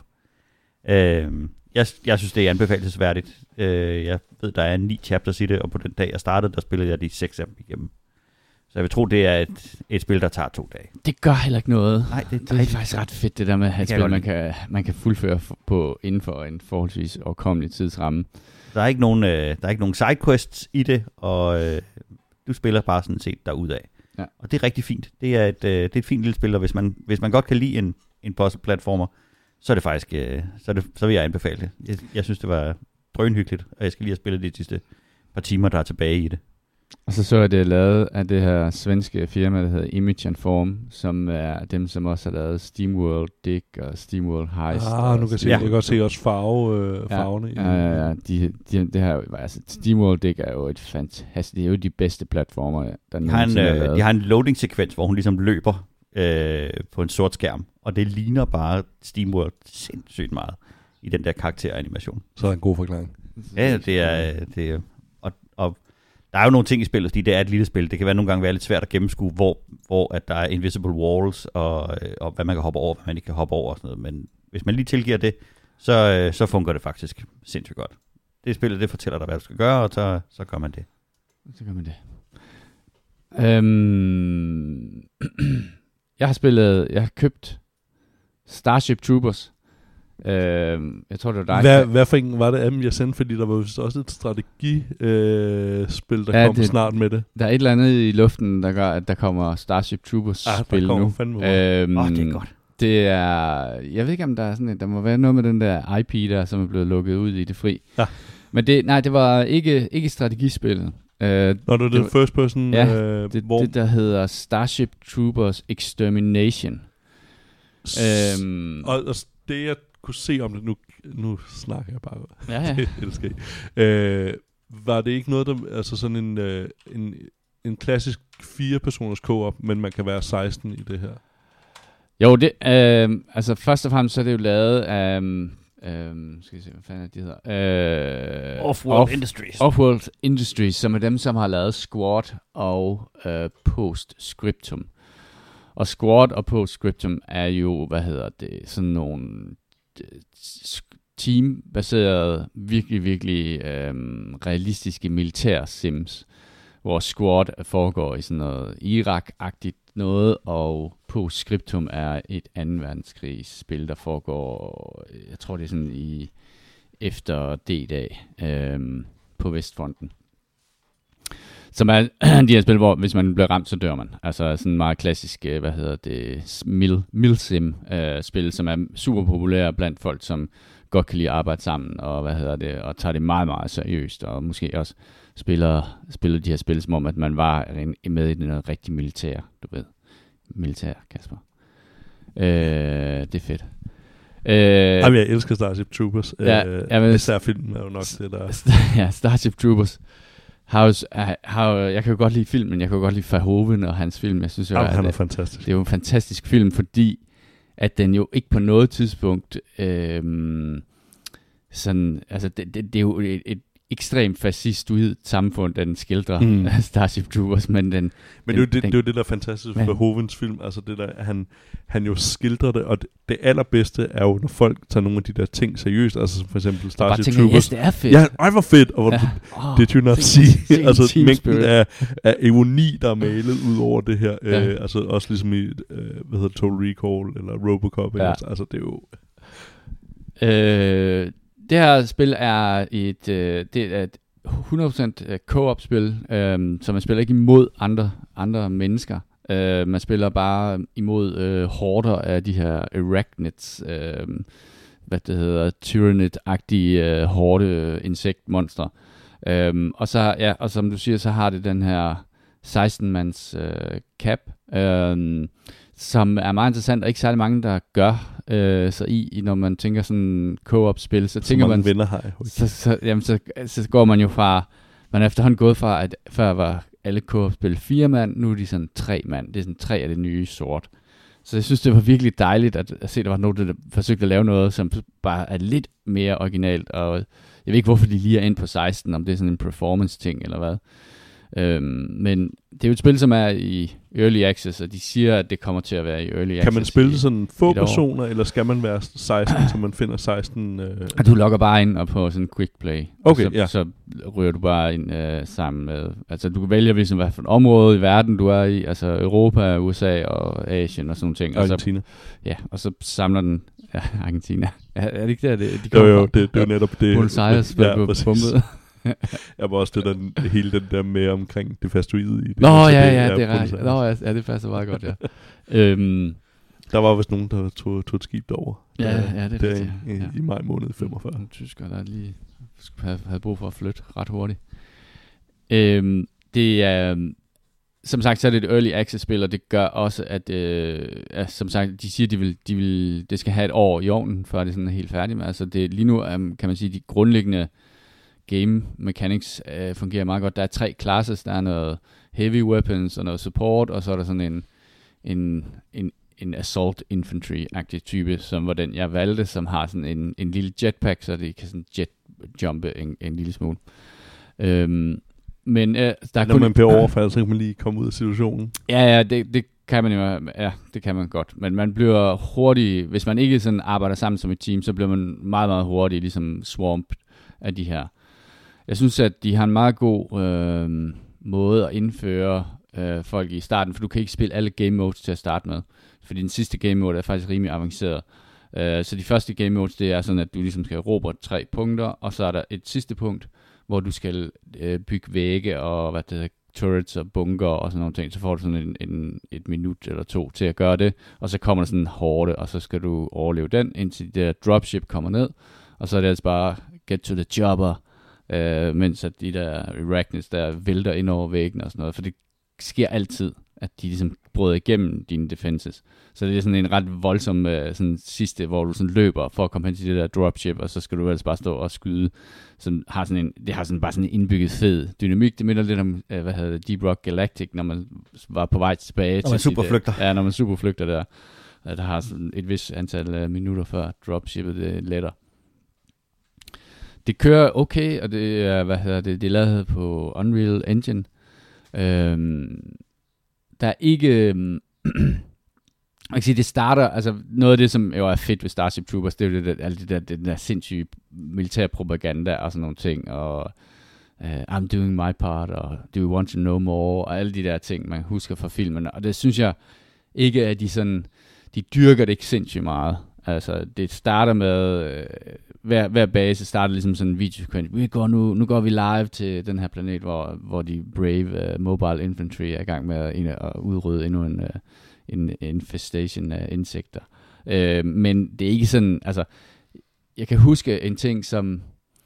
Øh, jeg, jeg synes, det er anbefalesværdigt. Øh, jeg ved, der er ni chapters i det, og på den dag, jeg startede, der spillede jeg de seks af dem igennem. Så jeg vil tro, det er et, et spil, der tager to dage. Det gør heller ikke noget. Nej, det, Det er faktisk ret fedt, det der med at have et Det kan jeg spil, man godt kan, man kan fuldføre på inden for en forholdsvis overkommelig tidsramme. Der er ikke nogen, øh, der er ikke nogen sidequests i det, og øh, du spiller bare sådan set derudad. Ja. Og det er rigtig fint. Det er et, øh, det er et fint lille spil, og hvis man, hvis man godt kan lide en, en puzzle-platformer, så er det faktisk, øh, så, er det, så vil jeg anbefale det. Jeg, jeg synes, det var drønhyggeligt, og jeg skal lige have spillet de sidste par timer, der er tilbage i det. Og så så jeg, det er lavet af det her svenske firma, der hedder Image and Form, som er dem, som også har lavet SteamWorld Dig og SteamWorld Heist. Ah, nu kan jeg, se, Ja. jeg kan godt se også farve, øh, farverne. Ja, ja, ja. De, de, det her, altså, SteamWorld Dig er jo et fantastisk, det er jo de bedste platformer, der De har, en, nogensinde er øh, lavet. de har en loading-sekvens, hvor hun ligesom løber øh, på en sort skærm, og det ligner bare SteamWorld sindssygt meget i den der karakteranimation. Så er der en god forklaring. Ja, det er... Det er og, og der er jo nogle ting i spillet, fordi det er et lille spil. Det kan være nogle gange være lidt svært at gennemskue, hvor, hvor at der er invisible walls, og, og hvad man kan hoppe over, hvad man ikke kan hoppe over og sådan noget. Men hvis man lige tilgiver det, så, så fungerer det faktisk sindssygt godt. Det spillet, det fortæller dig, hvad du skal gøre, og så, så gør man det. Så gør man det. Øhm, jeg har spillet, jeg har købt Starship Troopers. Øhm, jeg tror, det var dig. Hvad, hvad for en var det af dem, jeg sendte? Fordi der var vist også et strategispil, øh, spil, der Ja, kom det- snart med det. Der er et eller andet i luften, der gør, at der kommer Starship Troopers Ah, der spil kommer nu. fandme meget. Øhm, Åh, oh, det er godt. Det er, jeg ved ikke om der er sådan et, der må være noget med den der I P der, som er blevet lukket ud i det fri. Ja. Men det, nej, det var ikke, ikke strategispillet. Uh, Når du er det, det first person, ja, øh, det, hvor... det der hedder Starship Troopers Extermination. S- Um, og, og det jeg kunne se om det, nu, nu snakker jeg bare. Ja, ja. det elsker jeg. Øh, var det ikke noget, der, altså sådan en, øh, en, en klassisk fire-personers co-op, men man kan være seksten i det her? Jo, det, øh, altså først og fremmest så er det jo lavet af, øh, skal vi se, hvad fanden er det, de hedder? Øh, Offworld Off, Industries. Offworld Industries, som er dem, som har lavet Squad og øh, Postscriptum. Og Squad og Postscriptum er jo, hvad hedder det, sådan nogle teambaserede, virkelig, virkelig øh, realistiske militær sims, hvor Squad foregår i sådan noget Irak-agtigt noget, og Postscriptum er et anden verdenskrigsspil, der foregår, jeg tror det er sådan i efter D-dag øh, på Vestfronten. Som er de her spil, hvor hvis man bliver ramt, så dør man. Altså sådan meget klassisk, hvad hedder det, mil, milsim øh, spil, som er super populære blandt folk, som godt kan lide at arbejde sammen, og hvad hedder det, og tager det meget, meget seriøst, og måske også spiller, spiller de her spil, som om, at man var med i noget rigtig militær, du ved. Militær, Kasper. Øh, det er fedt. Øh, Jamen, jeg elsker Starship Troopers. Ja, øh, jeg vil, især filmen er jo nok det, der... Ja, Starship Troopers. Har, har, jeg kan jo godt lide filmen, jeg kan jo godt lide Verhoeven og hans film. Jeg synes jo, Jamen, han er det, fantastisk. Det er jo en fantastisk film, fordi at den jo ikke på noget tidspunkt øhm, sådan, altså det, det, det er jo et, et ekstremt fascistoidt samfund, den skildrer mm. Starship Troopers, men den... Men det, den, det, den, det er jo det, der er fantastisk for Verhoevens film, altså det der, han, han jo skildrer det, og det, det allerbedste er jo, når folk tager nogle af de der ting seriøst, altså som for eksempel Starship tænker, Troopers. Yes, det er fedt. Ja, ej, hvor fedt, og ja. oh, det you not see, altså mængden af, af ironi, der er malet ud over det her, ja. øh, altså også ligesom i, øh, hvad hedder Total Recall, eller Robocop, ja. altså, altså det er jo... Øh... Det her spil er et, øh, det er et hundrede procent co-op-spil, øh, så man spiller ikke imod andre, andre mennesker. Øh, man spiller bare imod øh, horder af de her arachnids, øh, hvad det hedder, tyrannid-agtige øh, horde insektmonstre. Øh, og så, ja, og som du siger, så har det den her seksten-mands øh, cap, øh, som er meget interessant, og ikke særlig mange, der gør øh, sig i, når man tænker sådan co-op-spil, så, så tænker man, venner har jeg, så, så, jamen, så, så går man jo fra, man er efterhånden gået fra, at før var alle co-op-spil fire mand, nu er de sådan tre mand, det er sådan tre af det nye sort. Så jeg synes, det var virkelig dejligt, at, at se, at der var nogen, der forsøgte at lave noget, som bare er lidt mere originalt, og jeg ved ikke, hvorfor de lige er ind på seksten, om det er sådan en performance-ting, eller hvad. Øhm, men det er jo et spil, som er i Early Access, og de siger, at det kommer til at være i Early Access. Kan man spille sådan få personer, eller skal man være seksten, så man finder seksten? Øh... Du logger bare ind og på sådan en quick play. Okay, så, ja. så ryger du bare ind øh, sammen med... Altså, du kan vælge, ligesom, hvad for et område i verden du er i. Altså, Europa, U S A og Asien og sådan nogle ting. Argentina. Og så, ja, og så samler den... Ja, Argentina. Er, er det ikke der, det, de jo, jo, det, det er jo netop det. Buenos Aires blev ja, bumpet. Jeg var også det der, hele den der med omkring det fastoide i det. Nå altså, ja, det, ja, det er rigtigt. Nå ja, det passer meget godt, ja. øhm, der var vist nogen, der tog, tog et skib derover. Ja, der, ja, det er der rigtigt. I, ja. i maj måned femogfyrre. Nogle tyskere, der lige havde brug for at flytte ret hurtigt. Øhm, det er... Som sagt, så er det et early access spil, og det gør også, at øh, ja, som sagt, de siger, at de vil, de vil, det skal have et år i ovnen, før det sådan er helt færdigt med. Altså det, lige nu um, kan man sige, at de grundlæggende game mechanics øh, fungerer meget godt. Der er tre classes, der er noget heavy weapons og noget support, og så er der sådan en, en, en, en assault infantry-agtig type, som var den, jeg valgte, som har sådan en, en lille jetpack, så det kan sådan jet-jumpe en, en lille smule. Øhm, men øh, der er når kun... man bliver overfaldet, så kan man lige komme ud af situationen. Ja, ja, det, det kan man jo, ja, det kan man godt. Men man bliver hurtigt, hvis man ikke sådan arbejder sammen som et team, så bliver man meget, meget hurtigt ligesom swamped af de her. Jeg synes, at de har en meget god øh, måde at indføre øh, folk i starten, for du kan ikke spille alle game modes til at starte med. Fordi den sidste game mode er faktisk rimelig avanceret. Uh, så de første game modes, det er sådan, at du ligesom skal erobre tre punkter, og så er der et sidste punkt, hvor du skal øh, bygge vægge og hvad det hedder, turrets og bunker og sådan nogle ting. Så får du sådan en, en, et minut eller to til at gøre det, og så kommer der sådan en horde, og så skal du overleve den, indtil det der dropship kommer ned, og så er det altså bare get to the jobber. øh, mens at de der Arachnids der vælter ind over væggen og sådan noget, for det sker altid, at de ligesom bryder igennem dine defenses. Så det er sådan en ret voldsom øh, sådan sidste, hvor du sådan løber for at komme hen til det der dropship, og så skal du ellers bare stå og skyde. Som har sådan en, det har sådan bare sådan en indbygget fed dynamik. Det minder lidt om, øh, hvad hedder det, Deep Rock Galactic, når man var på vej tilbage. Når til man superflygter. Ja, når man superflygter der. Der har sådan et vis antal øh, minutter før dropshippet det letter. Det kører okay, og det er, hvad hedder det, det er lavet på Unreal Engine. Øhm, der er ikke... Øhm, jeg kan sige, det starter, altså noget af det, som jo er fedt ved Starship Troopers, det er jo det der, det der, det der sindssyge militær propaganda og sådan nogle ting, og uh, I'm doing my part, og do you want to know more, og alle de der ting, man husker fra filmen, og det synes jeg ikke, at de sådan, de dyrker det ikke sindssygt meget. Altså, det starter med, øh, hver, hver base starter ligesom sådan en videosekvens. Vi går nu, nu går vi live til den her planet, hvor, hvor de brave uh, mobile infantry er i gang med at, at udrydde endnu en, uh, en infestation af insekter. Uh, men det er ikke sådan, altså, jeg kan huske en ting, som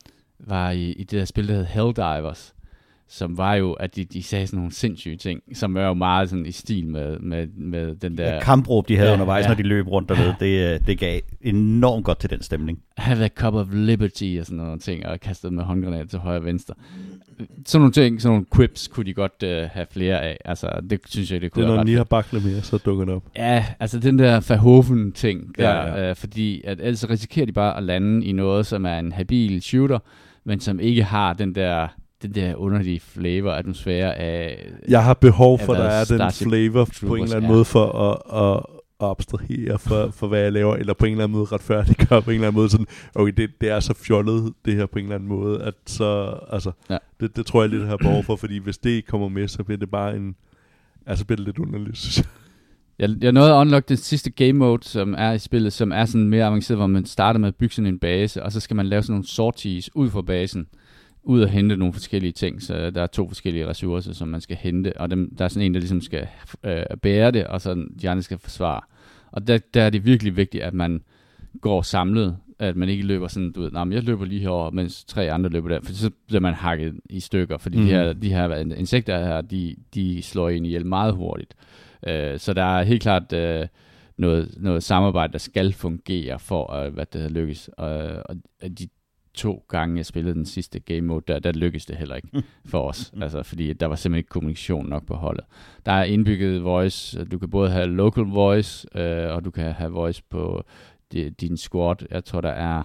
var i, i det der spil, der hed Helldivers, som var jo, at de, de sagde sådan nogle sindssyge ting, som er jo meget sådan i stil med, med, med den der... Ja, kampråb, de havde ja, undervejs, ja. når de løb rundt dernede, det, det gav enormt godt til den stemning. Have a cup of liberty og sådan nogle ting, og kastet med håndgranater til højre og venstre. Sådan nogle ting, sådan nogle quips, kunne de godt uh, have flere af. Altså, det synes jeg, det kunne det er, være når ret de har fedt. baklet mere, så dukker det op. Ja, altså den der Verhoeven-ting, der, Ja, ja. Uh, fordi at ellers risikerer de bare at lande i noget, som er en habil shooter, men som ikke har den der... den der underlige flavor, atmosfære af... Jeg har behov for, af at der er den Starship flavor Troopers, på en eller anden ja. måde for at, at, at abstrahere for, for, hvad jeg laver, eller på en eller anden måde retfærdiggøre på en eller anden måde. Sådan, okay, det, det er så fjollet, det her på en eller anden måde, at så... Altså, ja. det, det tror jeg lidt, jeg har behov for, fordi hvis det ikke kommer med, så bliver det bare en... Altså, bliver det lidt underligt, synes jeg. Jeg, jeg nåede at unlock den sidste game mode, som er i spillet, som er sådan mere avanceret, hvor man starter med at bygge sådan en base, og så skal man lave sådan nogle sorties ud fra basen, ud og hente nogle forskellige ting, så der er to forskellige ressourcer, som man skal hente, og dem, der er sådan en, der ligesom skal øh, bære det, og så de andre skal forsvare. Og der, der er det virkelig vigtigt, at man går samlet, at man ikke løber sådan, du ved, nej, men jeg løber lige herover, mens tre andre løber der, for så bliver man hakket i stykker, fordi mm. de her, de her insekter her, de, de slår en ihjel meget hurtigt. Uh, så der er helt klart uh, noget, noget samarbejde, der skal fungere for, uh, hvad det lykkes. Uh, og de to gange, jeg spillede den sidste game mode, der, der lykkedes det heller ikke for os. Altså, fordi der var simpelthen ikke kommunikation nok på holdet. Der er indbygget voice. Du kan både have local voice, øh, og du kan have voice på di, din squad. Jeg tror, der er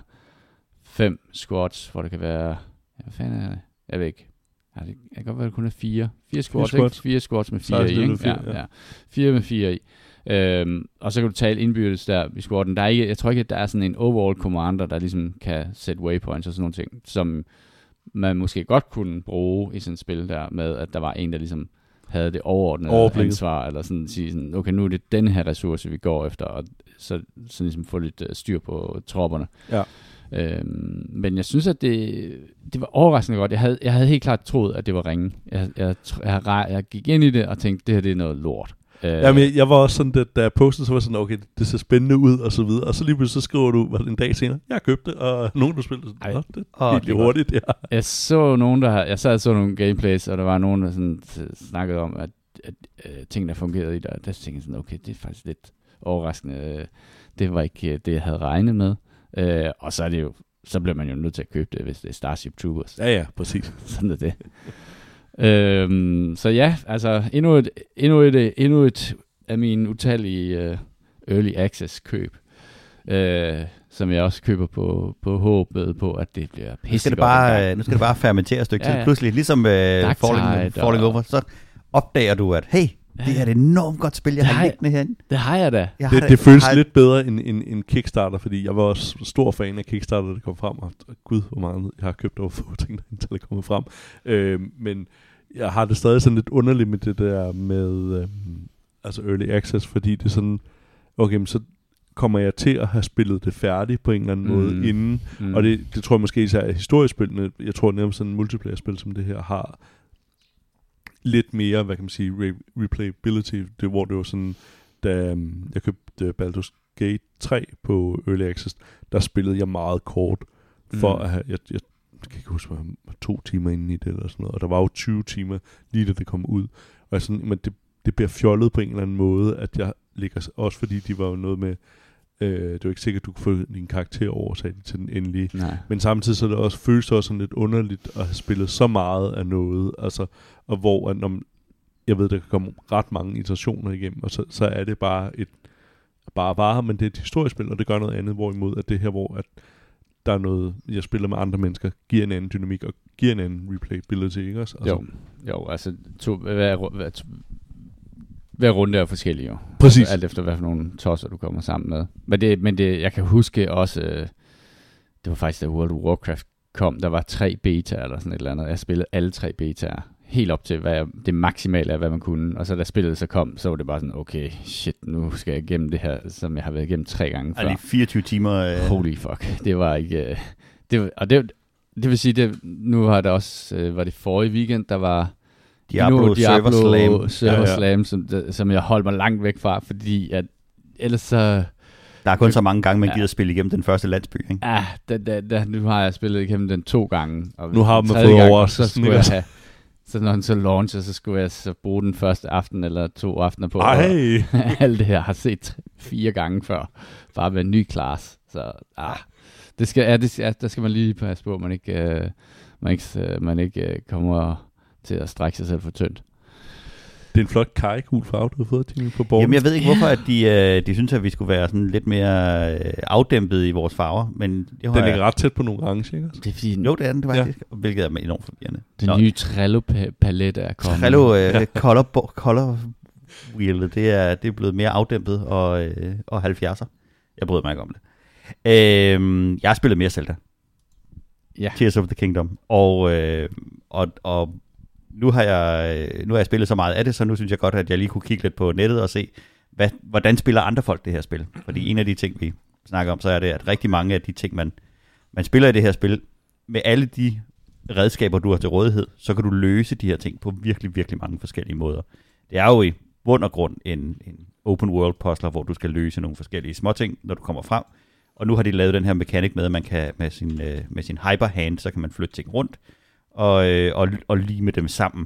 fem squads, hvor der kan være... Hvad fanden er det? Jeg ved ikke. Ja, det kan godt være, at det kun er fire. Fire squads, squads. ikke? Fire squads med fire i, ikke? Fire, ja, ja. Fire med fire i. Øhm, og så kan du tale indbyrdes der i squaden. Der er ikke, jeg tror ikke, at der er sådan en overall commander, der ligesom kan sætte waypoints og sådan nogle ting, som man måske godt kunne bruge i sådan et spil der, med at der var en, der ligesom havde det overordnede Overblikket. ansvar, eller sådan sige sådan, okay, nu er det den her ressource, vi går efter, og så, så ligesom få lidt uh, styr på tropperne. Ja. Øhm, men jeg synes, at det, det var overraskende godt. Jeg havde, jeg havde helt klart troet, at det var ringe. Jeg, jeg, jeg, jeg, jeg gik ind i det og tænkte, det her det er noget lort. Øh, Jamen, jeg, jeg var også sådan, at da jeg postede, så var jeg sådan, okay, det ser spændende ud, og så videre. Og så lige pludselig så skriver du, hvad en dag senere, jeg har købt det, og nogen, der spillede sådan, Nå, det er Åh, virkelig det er hurtigt, ja. Jeg så nogen, der jeg sad og så nogle gameplays, og der var nogen, der sådan snakkede om, at, at, at ting, der fungerede i der, der tænkte jeg sådan, okay, det er faktisk lidt overraskende. Det var ikke det, jeg havde regnet med. Øh, og så er det jo, så bliver man jo nødt til at købe det, hvis det er Starship Troopers. Ja, ja, præcis. Sådan er det. øhm, så ja, altså endnu et, endnu et, endnu et af mine utallige uh, early access køb, uh, som jeg også køber på, på håbet på, at det bliver Nu skal pissegodt. det bare, nu skal det bare fermentere et stykke Ja, til. ja. Pludselig, ligesom uh, falling, falling og- Over, så opdager du, at hey, det er et enormt godt spil, jeg Det har har jeg- liggende herinde. Det har jeg da. Jeg har Det, det føles har- lidt bedre end, end, end Kickstarter, fordi jeg var også stor fan af Kickstarter, da det kom frem, og gud, hvor meget jeg har købt over få ting, der er kommet frem. Øh, men jeg har det stadig sådan lidt underligt med det der med øh, altså early access, fordi det er sådan, okay, men så kommer jeg til at have spillet det færdigt på en eller anden Mm. måde inden, Mm. og det, det tror jeg måske især er historiespillene. Jeg tror nærmest sådan en multiplayer-spil som det her har lidt mere, hvad kan man sige, re- replayability, det hvor det var sådan, da um, jeg købte Baldur's Gate tre på Early Access, der spillede jeg meget kort, for Mm. at have, jeg, jeg jeg kan ikke huske, var to timer inde i det, eller sådan noget, og der var jo tyve timer, lige da det kom ud. Og jeg sådan, men det, det bliver fjollet på en eller anden måde, at jeg ligger, også fordi de var jo noget med, øh, det var ikke sikkert, at du kunne få din karakter oversat til den endelige. Nej. Men samtidig så det også, føles det også sådan lidt underligt at have spillet så meget af noget, altså, og hvor, at når, jeg ved, der kan komme ret mange iterationer igennem, og så, så er det bare et, bare bare, men det er et historisk spil, og det gør noget andet, hvorimod at det her, hvor at der er noget, jeg spiller med andre mennesker, giver en anden dynamik, og giver en anden replayability, ikke også? Altså, jo, jo, altså, to, hver, hver, to, hver runde er forskellig, jo. Præcis. Altså, alt efter, hvad for nogle tosser, du kommer sammen med. Men det, men det, jeg kan huske også, øh, det var faktisk, da World of Warcraft kom, der var tre betaer, eller sådan et eller andet. Jeg spillede alle tre betaer, helt op til hvad jeg, det maksimale af, hvad man kunne. Og så da spillet så kom, så var det bare sådan, okay, shit, nu skal jeg igennem det her, som jeg har været igennem tre gange før. Er det fireogtyve timer? Øh... Holy fuck, det var ikke... Øh, det var, og det, det vil sige, det, nu har der også, øh, var det forrige weekend, der var Diablo, nu, Diablo Server Slam, Server ja, ja. Slam som, som jeg holdt mig langt væk fra, fordi at ellers så... Der er kun så mange gange, man gider ja. spille igennem den første landsby, ikke? Ja, da, da, da, nu har jeg spillet igennem den to gange. Og nu har man tredje fået gang, over, så skulle jeg have... Så når den så launcher, så skulle jeg så bruge den første aften eller to aftener på. Ej! Alt det her har set fire gange før. Bare med en ny class. Så ah, det skal, ja, det, ja, der skal man lige passe på, at man ikke, uh, man ikke, uh, man ikke uh, kommer til at strække sig selv for tyndt. Det er en flot kajekugl farve, du har fået til på borgen. Jamen, jeg ved ikke, hvorfor at de, øh, de synes, at vi skulle være sådan lidt mere øh, afdæmpet i vores farver. Men det den ligger ret tæt på nogle orange, ikke? Det er fordi, jo, det er den, det faktisk. Ja. Hvilket er enormt forvirrende. Den Nå. nye Trello-palette er kommet. Trello øh, ja. color, color wheelet, det er, det er blevet mere afdæmpet og, øh, og halvfjerdser. Jeg bryder mig ikke om det. Øh, jeg har spillet mere Zelda. Ja. Tears of the Kingdom. Og, øh, og, og nu har jeg nu har jeg spillet så meget af det, så nu synes jeg godt, at jeg lige kunne kigge lidt på nettet og se, hvad, hvordan spiller andre folk det her spil. Fordi en af de ting, vi snakker om, så er det, at rigtig mange af de ting, man, man spiller i det her spil, med alle de redskaber, du har til rådighed, så kan du løse de her ting på virkelig, virkelig mange forskellige måder. Det er jo i bund og grund en, en open world puzzler, hvor du skal løse nogle forskellige småting, når du kommer frem. Og nu har de lavet den her mekanik med, at man kan med sin, med sin hyperhand, så kan man flytte ting rundt, og, og, og lime dem sammen.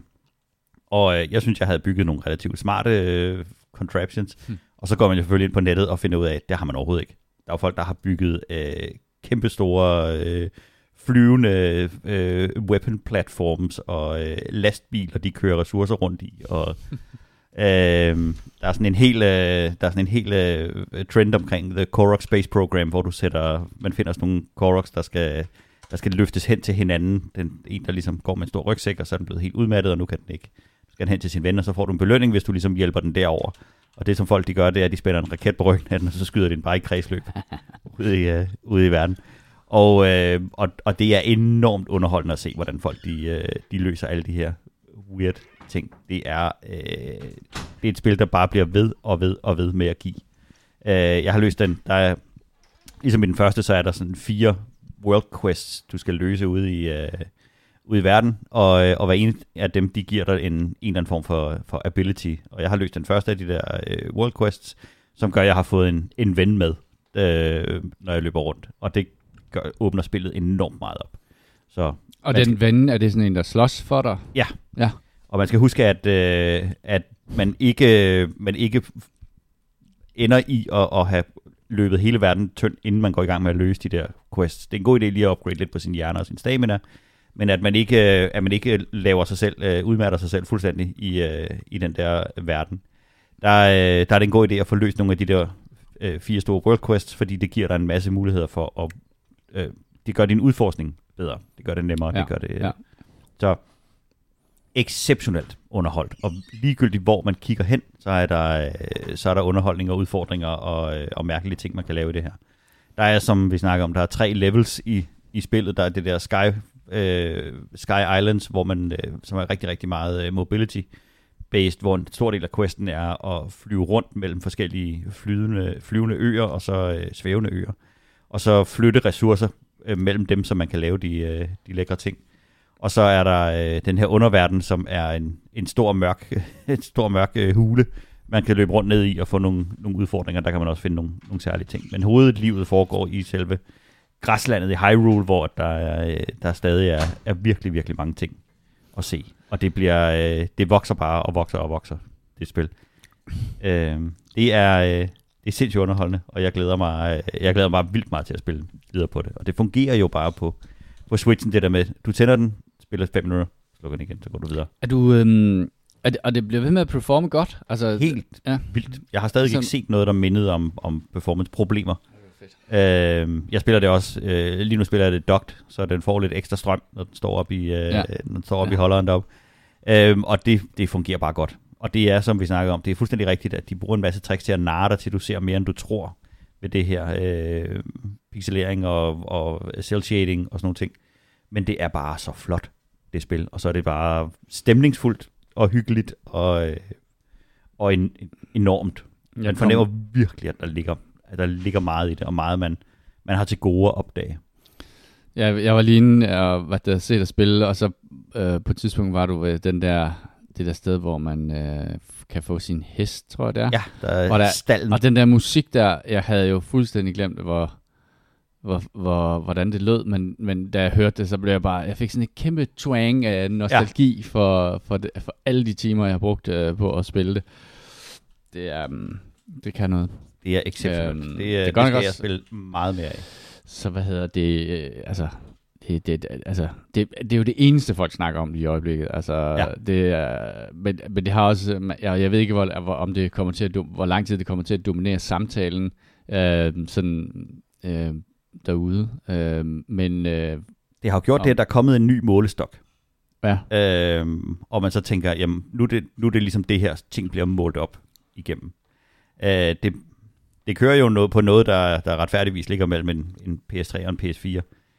Og øh, jeg synes, jeg havde bygget nogle relativt smarte øh, contraptions, hmm. og så går man jo selvfølgelig ind på nettet og finder ud af, at det har man overhovedet ikke. Der er jo folk, der har bygget øh, kæmpestore øh, flyvende øh, weapon platforms og øh, lastbiler, de kører ressourcer rundt i, og øh, der er sådan en hel, øh, der er sådan en hel øh, trend omkring The Korok Space Program, hvor du sætter, man finder sådan nogle Koroks, der skal der skal løftes hen til hinanden. Den en, der ligesom går med en stor rygsæk, og så er den blevet helt udmattet, og nu kan den ikke. Så skal den hen til sin ven, og så får du en belønning, hvis du ligesom hjælper den derover. Og det, som folk de gør, det er, at de spænder en raket på ryggen af den, og så skyder de den bare i kredsløb ude, i, uh, ude i verden. Og, uh, og, og det er enormt underholdende at se, hvordan folk de, uh, de løser alle de her weird ting. Det er, uh, det er et spil, der bare bliver ved og ved og ved med at give. Uh, jeg har løst den. Der er, ligesom i den første, så er der sådan fire world quests, du skal løse ude i, øh, ude i verden, og, og hver en af dem, de giver dig en, en eller anden form for, for ability. Og jeg har løst den første af de der øh, world quests, som gør, at jeg har fået en, en ven med, øh, når jeg løber rundt. Og det gør, åbner spillet enormt meget op. Så, og den skal, ven, er det sådan en, der slås for dig? Ja. ja. Og man skal huske, at, øh, at man, ikke, man ikke ender i at, at have løbet hele verden tynd, inden man går i gang med at løse de der quests. Det er en god idé lige at upgrade lidt på sin hjerne og sin stamina, men at man ikke, at man ikke laver sig selv, udmatter sig selv fuldstændig i, i den der verden. Der, der er det en god idé at få løst nogle af de der fire store world quests, fordi det giver dig en masse muligheder for at, det gør din udforskning bedre. Det gør det nemmere. Ja. Det gør det, ja. Så exceptionelt underholdt, og ligegyldigt hvor man kigger hen, så er der, så er der underholdning og udfordringer og, og mærkelige ting, man kan lave i det her. Der er, som vi snakker om, der er tre levels i, i spillet. Der er det der Sky, øh, Sky Islands, hvor man, øh, som er rigtig, rigtig meget øh, mobility-based, hvor en stor del af questen er at flyve rundt mellem forskellige flyvende, flyvende øer og så øh, svævende øer, og så flytte ressourcer øh, mellem dem, så man kan lave de, øh, de lækre ting. Og så er der øh, den her underverden, som er en, en stor mørk, en stor mørk øh, hule, man kan løbe rundt ned i og få nogle, nogle udfordringer. Der kan man også finde nogle, nogle særlige ting. Men hovedlivet foregår i selve græslandet i Hyrule, hvor der, er, der stadig er, er virkelig, virkelig mange ting at se. Og det bliver, øh, det vokser bare og vokser og vokser, det spil. Øh, det er, øh, det er sindssygt underholdende, og jeg glæder mig, jeg glæder mig vildt meget til at spille videre på det. Og det fungerer jo bare på, på Switchen, det der med, du tænder den, spiller fem minutter, slukker den igen, så går du videre. Er du, øhm, er det, og det bliver ved med at performe godt? Altså, Helt ja. vildt. Jeg har stadig Som... ikke set noget, der mindede om, om performance-problemer. Øh, jeg spiller det også, øh, lige nu spiller jeg det docked, så den får lidt ekstra strøm, når den står op i, øh, ja. når den står op ja. i holderen deroppe. Øh, og det, det fungerer bare godt. Og det er, som vi snakker om, det er fuldstændig rigtigt, at de bruger en masse tricks til at narre dig, til du ser mere, end du tror, ved det her øh, pixelering og, og cel-shading og sådan nogle ting. Men det er bare så flot, det spil. Og så er det bare stemningsfuldt og hyggeligt og, øh, og en, enormt. Man fornemmer virkelig, at der ligger, at der ligger meget i det, og meget, man, man har til gode at opdage. Ja, jeg var lige inde og var der set at spille, og så øh, på et tidspunkt var du ved den der, det der sted, hvor man øh, kan få sin hest, tror jeg det er. Ja, der er og der, stallen. Og den der musik der, jeg havde jo fuldstændig glemt, hvor, hvor, hvor, hvordan det lød, men, men da jeg hørte det, så blev jeg bare, jeg fik sådan et kæmpe twang af nostalgi ja. for, for, det, for alle de timer, jeg har brugt øh, på at spille det. Det, er, um, det kan noget. Det er exceptionelt. Øhm, det, er, det, det skal også. jeg spille meget mere af. Så hvad hedder det, øh, altså... Det, det, altså, det, det er jo det eneste, folk snakker om i øjeblikket. Altså, ja. det er, men, men det har også, jeg, jeg ved ikke, hvor, hvor, om det kommer til at, hvor lang tid det kommer til at dominere samtalen øh, sådan, øh, derude. Øh, men, øh, det har jo gjort om, det, at der er kommet en ny målestok. Ja. Øh, og man så tænker, jamen, nu er, det, nu er det ligesom det her, ting bliver målt op igennem. Øh, det, det kører jo noget på noget, der, der retfærdigvis ligger mellem en, en P S tre og en P S fire.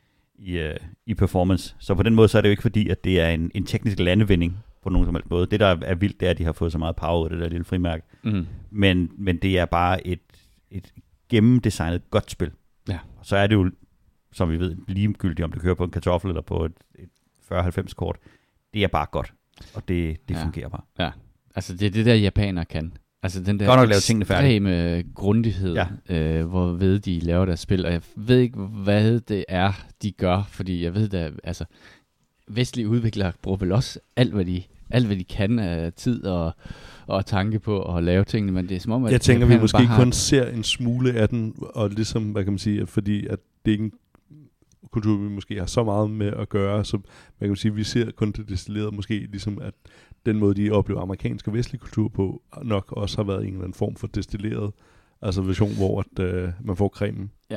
I, uh, i performance. Så på den måde, så er det jo ikke fordi, at det er en, en teknisk landevinding på nogen som helst måde. Det, der er vildt, det er, at de har fået så meget power ud af det der lille frimærke. Mm. Men, men det er bare et, et gennemdesignet godt spil. Ja. Så er det jo, som vi ved, ligegyldigt, om det kører på en kartoffel eller på et, et fyrre halvfems kort. Det er bare godt. Og det, det ja. fungerer bare. Ja. Altså, det er det der, japanere kan. Altså den der ekstreme grundighed, ja. øh, hvor ved de laver deres spil, og jeg ved ikke, hvad det er, de gør, fordi jeg ved, at altså, vestlige udviklere bruger vel også alt, hvad de, alt, hvad de kan af tid og, og tanke på at lave tingene, men det er som om, at jeg tænker, vi måske har... kun ser en smule af den, og ligesom, hvad kan man sige, fordi at det ikke kultur, vi måske har så meget med at gøre, så man kan sige, vi ser kun det destillerede, måske ligesom, at den måde, de oplever amerikansk og vestlig kultur på, nok også har været en eller anden form for destilleret, altså version, hvor at, øh, man får cremen. Ja.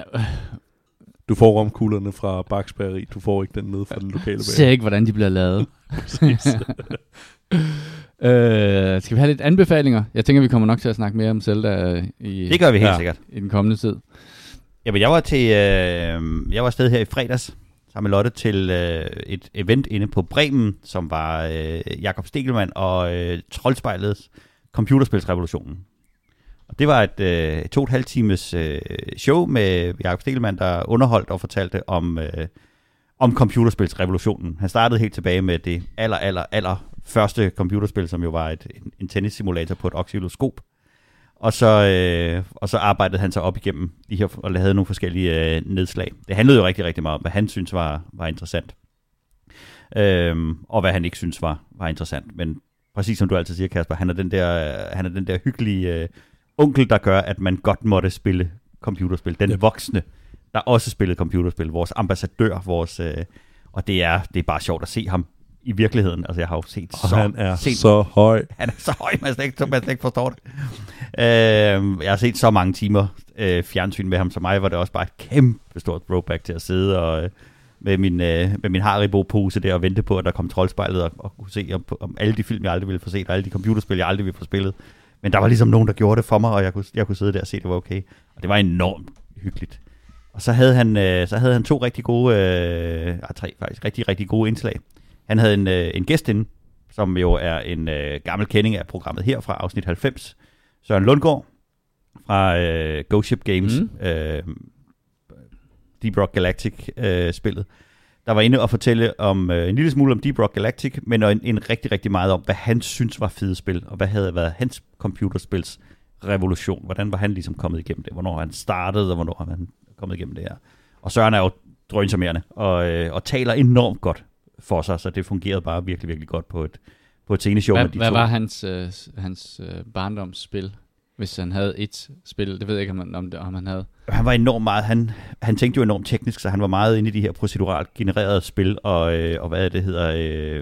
Du får romkuglerne fra Bachs Bageri, du får ikke den nede fra den lokale bageri. Jeg ser ikke, hvordan de bliver lavet. øh, skal vi have lidt anbefalinger? Jeg tænker, vi kommer nok til at snakke mere om Zelda i, det gør vi helt ja, sikkert. i den kommende tid. Jamen, jeg var til, øh, jeg var afsted her i fredags, sammen med Lotte, til øh, et event inde på Bremen, som var øh, Jakob Stegelmann og øh, Troldspejlets Computerspilsrevolutionen. Og det var et, øh, et to og et halvt times øh, show med Jakob Stegelmann, der underholdt og fortalte om, øh, om Computerspilsrevolutionen. Han startede helt tilbage med det aller, aller, aller første computerspil, som jo var et, en, en tennissimulator på et oscilloskop. Og så, øh, og så arbejdede han sig op igennem de her, og havde nogle forskellige øh, nedslag. Det handlede jo rigtig, rigtig meget om, hvad han synes var, var interessant. Øhm, og hvad han ikke synes var, var interessant. Men præcis som du altid siger, Kasper, han er den der, han er den der hyggelige øh, onkel, der gør, at man godt måtte spille computerspil. Den yep. voksne, der også spillede computerspil. Vores ambassadør, vores... Øh, og det er, det er bare sjovt at se ham i virkeligheden. Altså, jeg har jo set og så... han er set, så høj. Han er så høj, man slet ikke, man slet ikke forstår det. Øh, jeg har set så mange timer øh, fjernsyn med ham, så mig var det også bare et kæmpe stort throwback til at sidde og, øh, med min, øh, med min Haribo-pose der og vente på, at der kom Troldspejlet og, og kunne se om, om alle de film, jeg aldrig ville få set, og alle de computerspil, jeg aldrig ville få spillet. Men der var ligesom nogen, der gjorde det for mig, og jeg kunne, jeg kunne sidde der og se, det var okay. Og det var enormt hyggeligt. Og så havde han, øh, så havde han to rigtig gode, øh, tre faktisk, rigtig, rigtig gode indslag. Han havde en, øh, en gæst inde, som jo er en øh, gammel kending af programmet her fra afsnit halvfems. Søren Lundgaard fra øh, Ghost Ship Games, mm. øh, Deep Rock Galactic-spillet. Øh, der var inde og fortælle om øh, en lille smule om Deep Rock Galactic, men en, en rigtig, rigtig meget om, hvad han synes var fede spil, og hvad havde været hans computerspils revolution. Hvordan var han ligesom kommet igennem det? Hvornår han startede, og hvornår han kommet igennem det her? Og Søren er jo drønsammerende, og, øh, og taler enormt godt for sig, så det fungerede bare virkelig, virkelig godt på et, på et sceneshow hvad, med de hvad to. var hans, øh, hans øh, barndomsspil, hvis han havde et spil? Det ved jeg ikke, om, han, om, det, om han havde. Han var enormt meget, han, han tænkte jo enormt teknisk, så han var meget inde i de her proceduralt genererede spil, og, øh, og hvad det hedder, øh,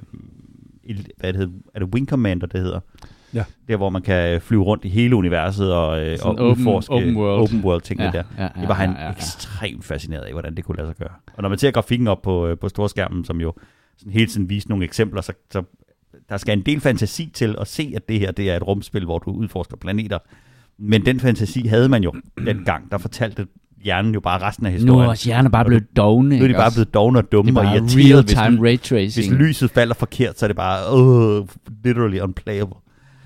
hvad det hedder, er det Wing Commander, det hedder? Ja. Der, hvor man kan flyve rundt i hele universet og, øh, og open, udforske open world, open world tingene ja, der. Ja, ja, det var han ja, ja, ja. ekstremt fascineret af, hvordan det kunne lade sig gøre. Og når man ser grafikken op på, på storskærmen, som jo sådan hele tiden viser nogle eksempler, så, så der skal en del fantasi til at se, at det her det er et rumspil, hvor du udforsker planeter. Men den fantasi havde man jo dengang. Der fortalte hjernen jo bare resten af historien. Nu er vores hjerne bare blevet dogne. Nu er de bare blevet dogne og dumme det er og bare irriteret. real-time hvis, ray tracing. hvis lyset falder forkert, så er det bare uh, literally unplayable.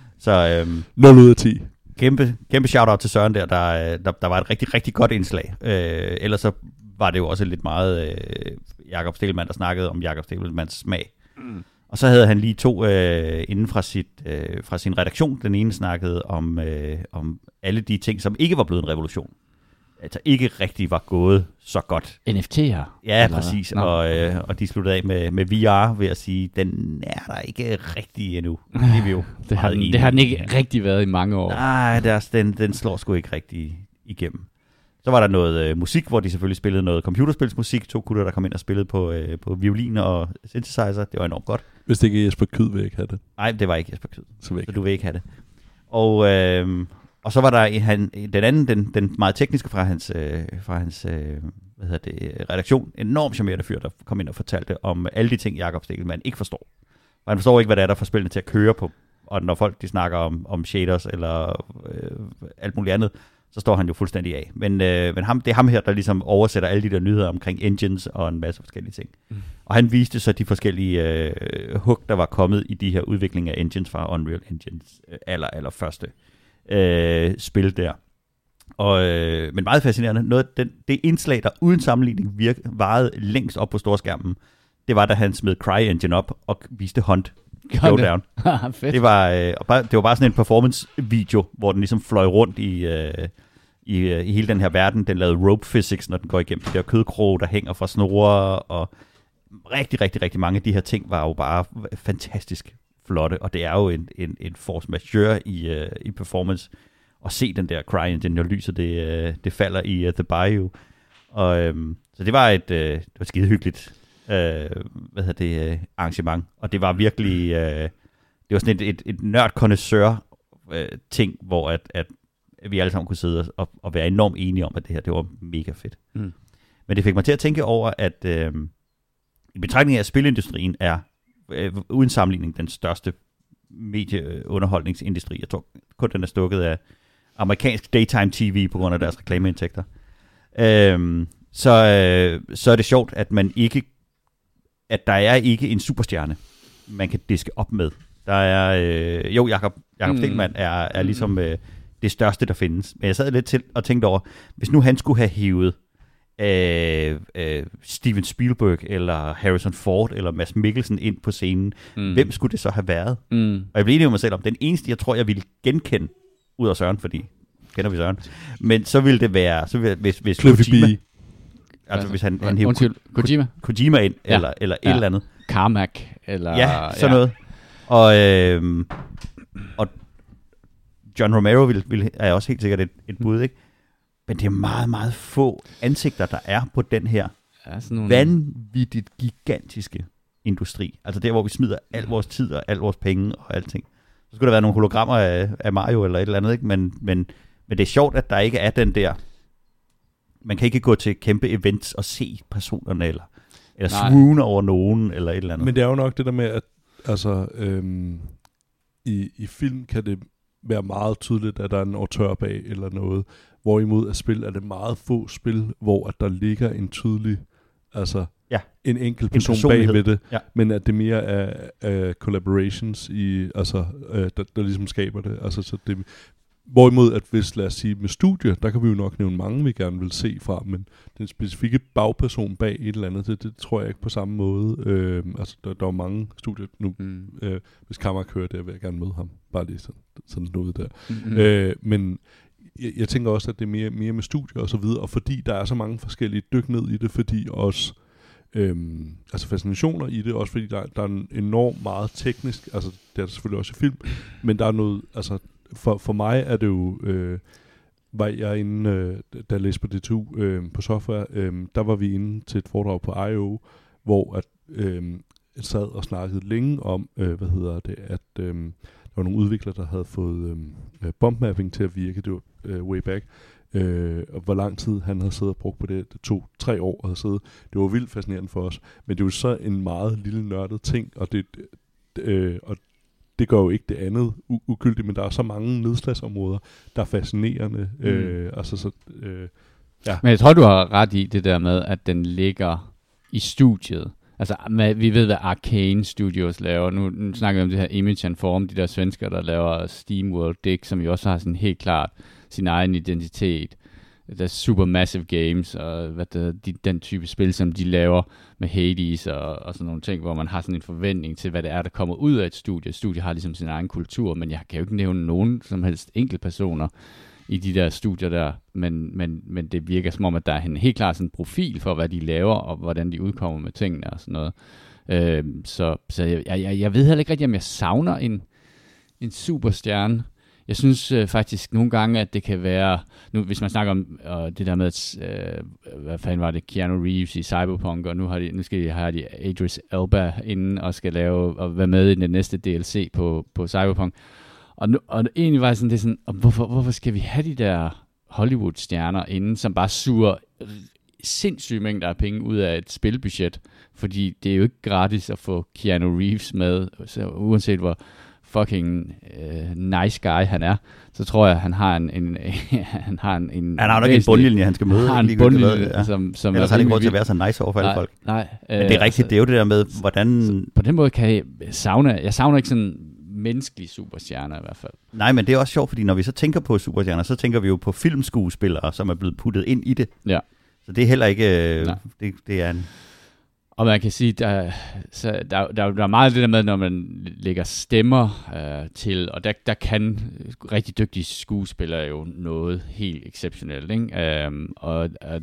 Så øhm, nul ud af ti. Kæmpe, kæmpe shout-out til Søren der. Der, der, der var et rigtig, rigtig godt indslag. Øh, ellers så var det jo også lidt meget øh, Jakob Stegelmann, der snakkede om Jakob Stegelmanns smag. Mm. Og så havde han lige to øh, inden fra, sit, øh, fra sin redaktion. Den ene snakkede om, øh, om alle de ting, som ikke var blevet en revolution. Altså ikke rigtig var gået så godt. N F T'er? Ja, eller præcis. Og, øh, og de sluttede af med, med V R ved at sige, den er der ikke rigtig endnu. Det, er vi jo det, har den, det har den ikke rigtig været i mange år. Nej, der, den, den slår sgu ikke rigtig igennem. Så var der noget øh, musik, hvor de selvfølgelig spillede noget computerspilsmusik. To gutter, der kom ind og spillede på, øh, på violin og synthesizer. Det var enormt godt. Hvis det ikke er Jesper Kyd, vil jeg ikke have det. Nej, det var ikke Jesper Kyd. Så, så du vil ikke have det. Og, øh, og så var der han, den anden, den, den meget tekniske fra hans, øh, fra hans øh, hvad hedder det, redaktion. Enormt charmerende fyr, der kom ind og fortalte om alle de ting, Jakob Stegelmann ikke forstår. Og han forstår ikke, hvad det er, der får spillene til at køre på. Og når folk de snakker om, om shaders eller øh, alt muligt andet, så står han jo fuldstændig af. Men, øh, men ham, det er ham her, der ligesom oversætter alle de der nyheder omkring engines og en masse forskellige ting. Mm. Og han viste så de forskellige øh, hook, der var kommet i de her udvikling af engines fra Unreal Engines øh, aller, aller første øh, spil der. Og, øh, men meget fascinerende. Noget, den, det indslag, der uden sammenligning virke, varede længst op på storskærmen, det var, da han smed CryEngine op og viste Hunt. Showdown. Det. det, var, øh, bare, det var bare sådan en performance-video, hvor den ligesom fløj rundt i, øh, i, øh, i hele den her verden. Den lavede rope physics, når den går igennem de der kødkroge, der hænger fra snore, og rigtig, rigtig, rigtig mange af de her ting var jo bare fantastisk flotte, og det er jo en, en, en force majeure i, øh, i performance at se den der CryEngine, når lyset det, øh, det falder i uh, The Bayou. Og, øh, så det var et øh, det var skide hyggeligt Øh, hvad hedder det, øh, arrangement, og det var virkelig øh, det var sådan et, et, et nørd-connoisseur øh, ting, hvor at, at vi alle sammen kunne sidde og, og være enormt enige om, at det her, det var mega fedt. Mm. Men det fik mig til at tænke over, at øh, i betragtning af, at spilindustrien er øh, uden sammenligning den største medieunderholdningsindustri. Jeg tror kun, den er stukket af amerikansk daytime T V på grund af deres reklameindtægter. Øh, så, øh, så er det sjovt, at man ikke at der er ikke en superstjerne, man kan diske op med. Der er, øh, jo, Jakob, Jakob mm. Stegelmann er, er ligesom øh, det største, der findes. Men jeg sad lidt til og tænkte over, hvis nu han skulle have hivet øh, øh, Steven Spielberg, eller Harrison Ford, eller Mads Mikkelsen ind på scenen, mm. hvem skulle det så have været? Mm. Og jeg blev enig med mig selv om, den eneste, jeg tror, jeg ville genkende, ud af Søren, fordi kender vi Søren, men så ville det være, så ville, hvis, hvis Kojima, altså, altså hvis han, han hævde Kojima. Kojima ind, ja. eller, eller ja. et eller andet. Carmack, eller... Ja, sådan ja. noget. Og, øh, og John Romero vil, vil, er også helt sikkert et, et bud, ikke? Men det er meget, meget få ansigter, der er på den her ja, sådan nogle... vanvittigt gigantiske industri. Altså der, hvor vi smider al vores tid og al vores penge og alting. Så skulle der være nogle hologrammer af, af Mario eller et eller andet, ikke? Men, men, men det er sjovt, at der ikke er den der... Man kan ikke gå til kæmpe events og se personerne, eller, eller swoon over nogen, eller et eller andet. Men det er jo nok det der med, at altså, øhm, i, i film kan det være meget tydeligt, at der er en autør bag, eller noget. Hvorimod at spil er det meget få spil, hvor at der ligger en tydelig, altså ja. en enkelt person en bag ved det, ja. Men at det mere er, er collaborations, i, altså, øh, der, der ligesom skaber det. Altså, så det Hvorimod, at hvis, lad os sige, med studier, der kan vi jo nok nævne mange, vi gerne vil se fra, men den specifikke bagperson bag et eller andet, det, det tror jeg ikke på samme måde. Øh, altså, der, der er mange studier nu. Mm. Øh, hvis Carmack kører der, vil jeg gerne møde ham. Bare lige sådan, sådan noget der. Mm-hmm. Øh, men jeg, jeg tænker også, at det er mere, mere med studier og så videre, og fordi der er så mange forskellige dyk ned i det, fordi også øhm, altså fascinationer i det, også fordi der, der er en enormt meget teknisk, altså det er der selvfølgelig også i film, men der er noget, altså for, for mig er det jo, øh, var jeg inde, øh, da jeg læste på D T U øh, på software, øh, der var vi inde til et foredrag på I O, hvor at, øh, sad og snakkede længe om, øh, hvad hedder det, at øh, der var nogle udviklere, der havde fået øh, bumpmapping til at virke, det var øh, way back, øh, og hvor lang tid han havde siddet og brugt på det, det tog tre år at have siddet. Det var vildt fascinerende for os, men det er jo så en meget lille nørdet ting, og det, øh, og det gør jo ikke det andet u- ugyldigt, men der er så mange nedslagsområder, der er fascinerende. Mm. Øh, altså så, øh, ja. Men jeg tror, du har ret i det der med, at den ligger i studiet. Altså, med, vi ved, hvad Arcane Studios laver. Nu, nu snakker vi om det her Image and Form, de der svensker, der laver SteamWorld Dig, som jo også har sådan helt klart sin egen identitet. Der er Supermassive Games, og hvad der, de, den type spil, som de laver med Hades og, og sådan nogle ting, hvor man har sådan en forventning til, hvad det er, der kommer ud af et studie. Et studie har ligesom sin egen kultur, men jeg kan jo ikke nævne nogen som helst enkeltpersoner i de der studier der, men, men, men det virker som om, at der er en helt klart sådan en profil for, hvad de laver, og hvordan de udkommer med tingene og sådan noget. Øh, så så jeg, jeg, jeg ved heller ikke rigtig, om jeg savner en, en superstjerne. Jeg synes øh, faktisk nogle gange, at det kan være, nu hvis man snakker om øh, det der med, at, øh, hvad fanden var det, Keanu Reeves i Cyberpunk, og nu, har de, nu skal de have de Idris Elba inden, og skal lave, og være med i den næste D L C på, på Cyberpunk. Og, nu, og egentlig var det sådan, det sådan, hvorfor, hvorfor skal vi have de der Hollywood-stjerner inden, som bare suger sindssyge mængder af penge ud af et spilbudget? Fordi det er jo ikke gratis at få Keanu Reeves med, så uanset hvor fucking uh, nice guy han er, så tror jeg, han har en... en han har en, en han har nok en bundlinje, han skal møde. Han har en bundlinje, ja. som, som ellers har det ikke råd til at være så nice over for alle folk. Nej. Men det er rigtigt, altså, det er jo det der med, hvordan... Så på den måde kan jeg savne... Jeg savner ikke sådan menneskelige superstjerner i hvert fald. Nej, men det er også sjovt, fordi når vi så tænker på superstjerner, så tænker vi jo på filmskuespillere, som er blevet puttet ind i det. Ja. Så det er heller ikke... Det, det er en... Og man kan sige, der, så der, der, der er meget det der med, når man lægger stemmer øh, til, og der, der kan rigtig dygtige skuespillere jo noget helt exceptionelt, ikke? Øhm, og, og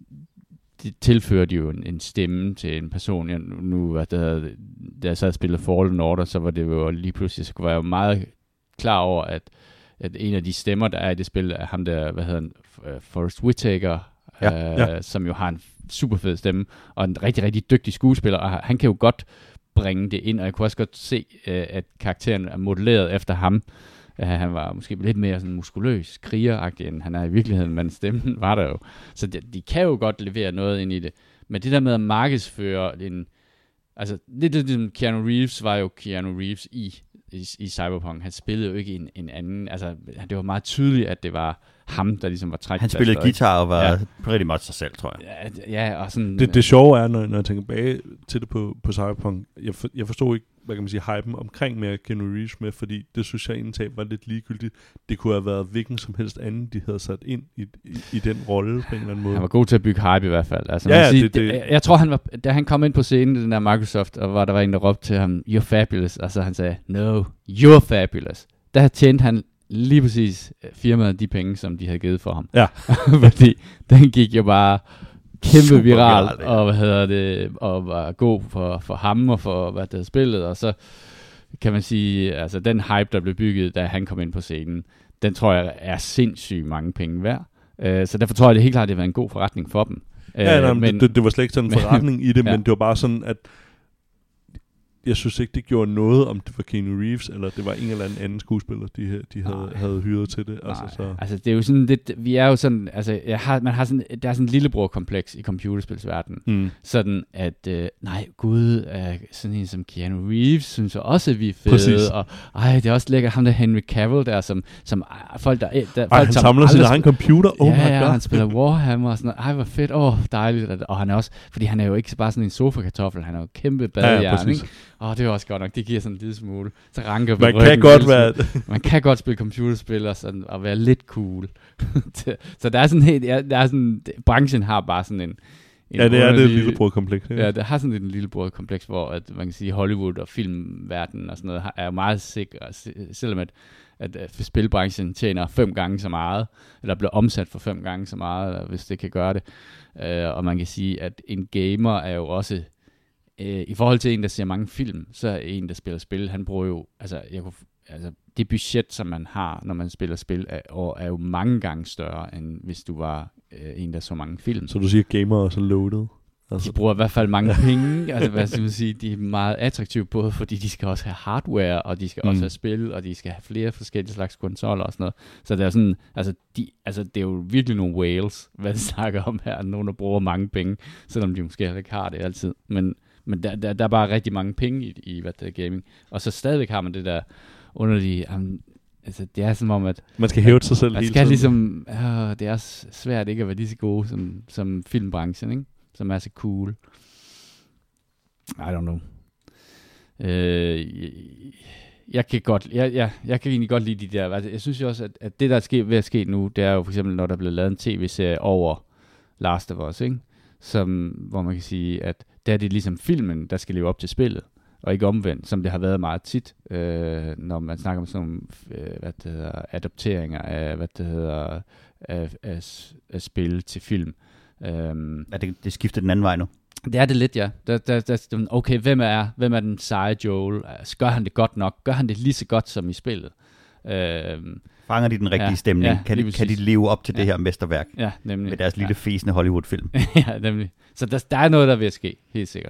det tilfører de jo en, en stemme til en person. Jeg, nu, at der, da jeg sad og spillede Fallen Order, så var det jo lige pludselig, så var jeg jo meget klar over, at, at en af de stemmer, der er i det spil, er ham der, hvad hedder han, Forrest Whitaker, ja, øh, ja. som jo har en super fed stemme, og en rigtig, rigtig dygtig skuespiller, og han kan jo godt bringe det ind, og jeg kunne også godt se, øh, at karakteren er modelleret efter ham. Uh, han var måske lidt mere sådan muskuløs, krigeragtig, end han er i virkeligheden, men stemmen var der jo. Så de, de kan jo godt levere noget ind i det. Men det der med at markedsføre en... Altså, det det, det Keanu Reeves var jo Keanu Reeves i, i, i Cyberpunk. Han spillede jo ikke en, en anden... Altså, det var meget tydeligt, at det var ham, der ligesom var trækplaster. Han spillede guitar og var ja. pretty much sig selv, tror jeg. Ja, ja og sådan... Det, det sjove er, når, når jeg tænker tilbage til det på, på Cyberpunk, jeg, for, jeg forstod ikke, hvad kan man sige, hypen omkring med Keanu Reeves med, fordi det synes jeg egentlig var lidt ligegyldigt. Det kunne have været hvilken som helst anden, de havde sat ind i, i, i den rolle på en eller anden måde. Han var god til at bygge hype i hvert fald. Altså, ja, sige, det, det, det, jeg tror, han var, da han kom ind på scenen i den der Microsoft, og var der var en, der råbte til ham, "You're fabulous." Og så han sagde, "No, you're fabulous." Der tjente han lige præcis firmaet de penge, som de havde givet for ham. Ja. Fordi den gik jo bare kæmpe Super viral, viral ja. og hvad hedder det, og var god for, for ham og for hvad der spillet, og så kan man sige, altså den hype, der blev bygget, da han kom ind på scenen, den tror jeg er sindssygt mange penge værd. Uh, så derfor tror jeg, det helt klart, det var en god forretning for dem. Uh, ja, nej, men, det, det var slet ikke sådan en forretning i det, ja. men det var bare sådan, at jeg synes ikke, det gjorde noget, om det var Keanu Reeves, eller det var en eller anden anden skuespiller, de, de havde, havde hyret til det. Altså, så. altså, det er jo sådan lidt, vi er jo sådan, altså, jeg har, man har sådan, der er sådan en lillebror-kompleks i computerspilsverdenen. Mm. Sådan, at, øh, nej, gud, øh, sådan en som Keanu Reeves, synes jeg også, at vi er fede. Præcis. Og ej, det er også lækkert, ham der Henry Cavill der, som, som øh, folk, der... der ej, folk, han samler sin egen computer, oh ja, my god. Ja, han spiller Warhammer og sådan noget. Ej, hvor fedt, åh, oh, dejligt. Og han er også, fordi han er jo ikke bare sådan en sofa-kartoffel, han er jo kæmpe badehjern, ja, ikke? Åh, oh, det er også godt nok. Det giver sådan en lille smule. Så ranker man kan godt være... man kan godt spille computerspil og, sådan, og være lidt cool. Så der er sådan helt... Ja, der er sådan, branchen har bare sådan en, en ja, det er det underlig- lillebror-kompleks. Ja, det har sådan lidt en lillebror-kompleks, hvor at man kan sige, Hollywood og filmverdenen og sådan noget har- er jo meget sikre, se- selvom at, at, at spilbranchen tjener fem gange så meget, eller bliver omsat for fem gange så meget, hvis det kan gøre det. Uh, og man kan sige, at en gamer er jo også, uh, i forhold til en, der ser mange film, så er en, der spiller spil, han bruger jo, altså, jeg kunne, altså det budget, som man har, når man spiller spil, er, og er jo mange gange større, end hvis du var uh, en, der så mange film. Så du siger, gamer er så loaded? De Altså, bruger i hvert fald mange penge. Altså, hvad skal man sige, de er meget attraktive, både fordi de skal også have hardware, og de skal Mm. også have spil, og de skal have flere forskellige slags konsoller og sådan noget. Så det er sådan, altså, de, altså det er jo virkelig nogle whales, hvad vi snakker om her. Nogen, der bruger mange penge, selvom de måske heller ikke har det altid. Men, men der, der, der er bare rigtig mange penge i, i hvad det er gaming. Og så stadigvæk har man det der underlige, um, altså det er som om, at man skal hæve sig selv man hele skal tiden. ligesom, øh, det er s- svært ikke at være lige så gode som, som filmbranchen, ikke? Som er så cool. I don't know. Øh, jeg, jeg kan godt, jeg, jeg, jeg kan egentlig godt lide de der. Altså, jeg synes jo også, at, at det der er sket, ved at ske nu, det er jo for eksempel, når der er blevet lavet en tv-serie over Last of Us, ikke? Som, hvor man kan sige, at der er det ligesom filmen, der skal leve op til spillet, og ikke omvendt, som det har været meget tit, øh, når man snakker om sådan nogle, øh, hvad det hedder, adopteringer af, hvad det hedder, af, af, af spil til film. Um, Ja, det, det skifter den anden vej nu. det er det lidt, ja. Der, der, der, okay, hvem er, hvem er den seje Joel? Gør han det godt nok? Gør han det lige så godt som i spillet? Um, Fanger de den rigtige Ja, stemning? ja, kan, lige de, kan de præcis. leve op til Ja. det her mesterværk ja, nemlig. med deres lille fæsende Hollywood-film? Ja, ja nemlig. Så der, der er noget, der er ved at ske, helt sikkert.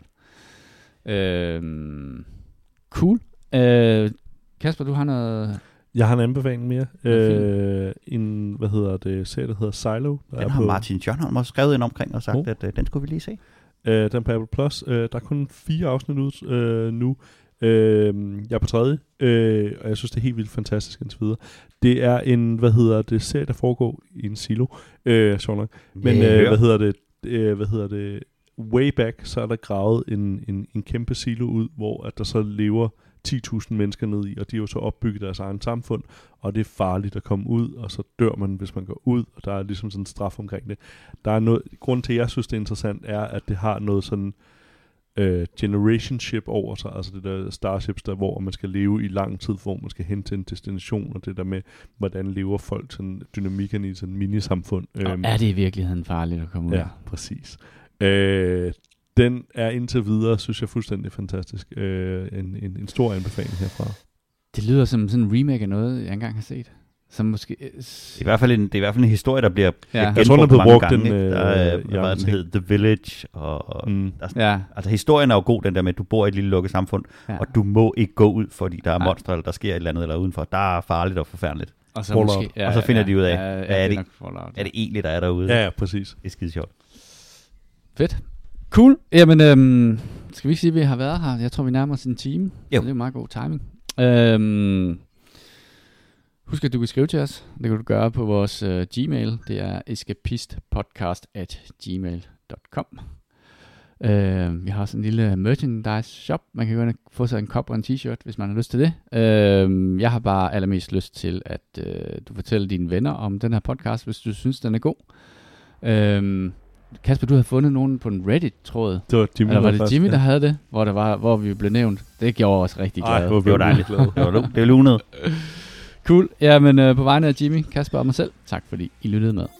Um, cool. Uh, Kasper, du har noget... Jeg har en anbefaling mere. Hvad Øh, en, hvad hedder det, serie, der hedder Silo. Der Den er har på, Martin Jørgenholm også skrevet ind omkring og sagt, Oh. at uh, den skulle vi lige se. Øh, den er på Apple Plus. Øh, der er kun fire afsnit ud øh, nu. Øh, jeg er på tredje, øh, og jeg synes, det er helt vildt fantastisk indtil videre. Det er en, hvad hedder det, serie, der foregår i en silo. Øh, sjovt nok. Men Yeah, øh, hør. hvad hedder det, øh, hvad hedder det, way back, så er der gravet en, en, en kæmpe silo ud, hvor at der så lever ti tusind mennesker ned i, og de har jo så opbygget deres egen samfund, og det er farligt at komme ud, og så dør man, hvis man går ud, og der er ligesom sådan en straf omkring det. Der er noget, grunden til, at jeg synes, det er interessant, er, at det har noget sådan øh, generationship over sig, altså det der starships, der hvor man skal leve i lang tid, hvor man skal hen til en destination, og det der med, hvordan lever folk, sådan dynamikkerne i sådan en minisamfund. Og er det i virkeligheden farligt at komme ud? Ja, præcis. Øh, den er indtil videre, synes jeg, fuldstændig fantastisk. Øh, en, en, en stor anbefaling herfra. Det lyder som sådan en remake af noget, jeg engang har set. Som måske... Det er i hvert fald en, det er i hvert fald en historie, der bliver, bliver Ja. Jeg tror, den er blevet mange brugt, gange, den, ikke? øh, Der er, i hvad var andre den ting. hed? The Village. Og, og Mm. der er, Ja, altså historien er jo god, den der med, at du bor i et lille lukket samfund, ja. og du må ikke gå ud, fordi der er Nej. monstre, eller der sker et eller andet eller udenfor. Der er farligt og forfærdeligt. Og så, Fallout. måske, ja, Og så finder ja, de ud af, ja, hvad ja, er det det- nok Fallout, Er det egentlig, der er derude? Ja, ja, præcis. Det er skide sjovt. Fedt. Cool. Jamen, øhm, skal vi ikke sige, at vi har været her? Jeg tror, vi nærmer os en time. Jo. Så det er jo meget god timing. Øhm, husk, at du kan skrive til os. Det kan du gøre på vores øh, Gmail. Det er escapistpodcast at gmail punktum com. Øh, vi har også en lille merchandise shop. Man kan gå ind og få sig en kop og en t-shirt, hvis man har lyst til det. Øh, jeg har bare allermest lyst til, at øh, du fortæller dine venner om den her podcast, hvis du synes, den er god. Øh, Kasper, du havde fundet nogen på en Reddit-tråd. Det var Jimmy, Eller var det først, Jimmy, ja. der havde det, hvor, der var, hvor vi blev nævnt? Det gjorde os rigtig Ej, glade. hvor Det var vi dejligt. glade. Det var, lu- det var lunet. Cool. Jamen, øh, på vegne af Jimmy, Kasper og mig selv, tak fordi I lyttede med.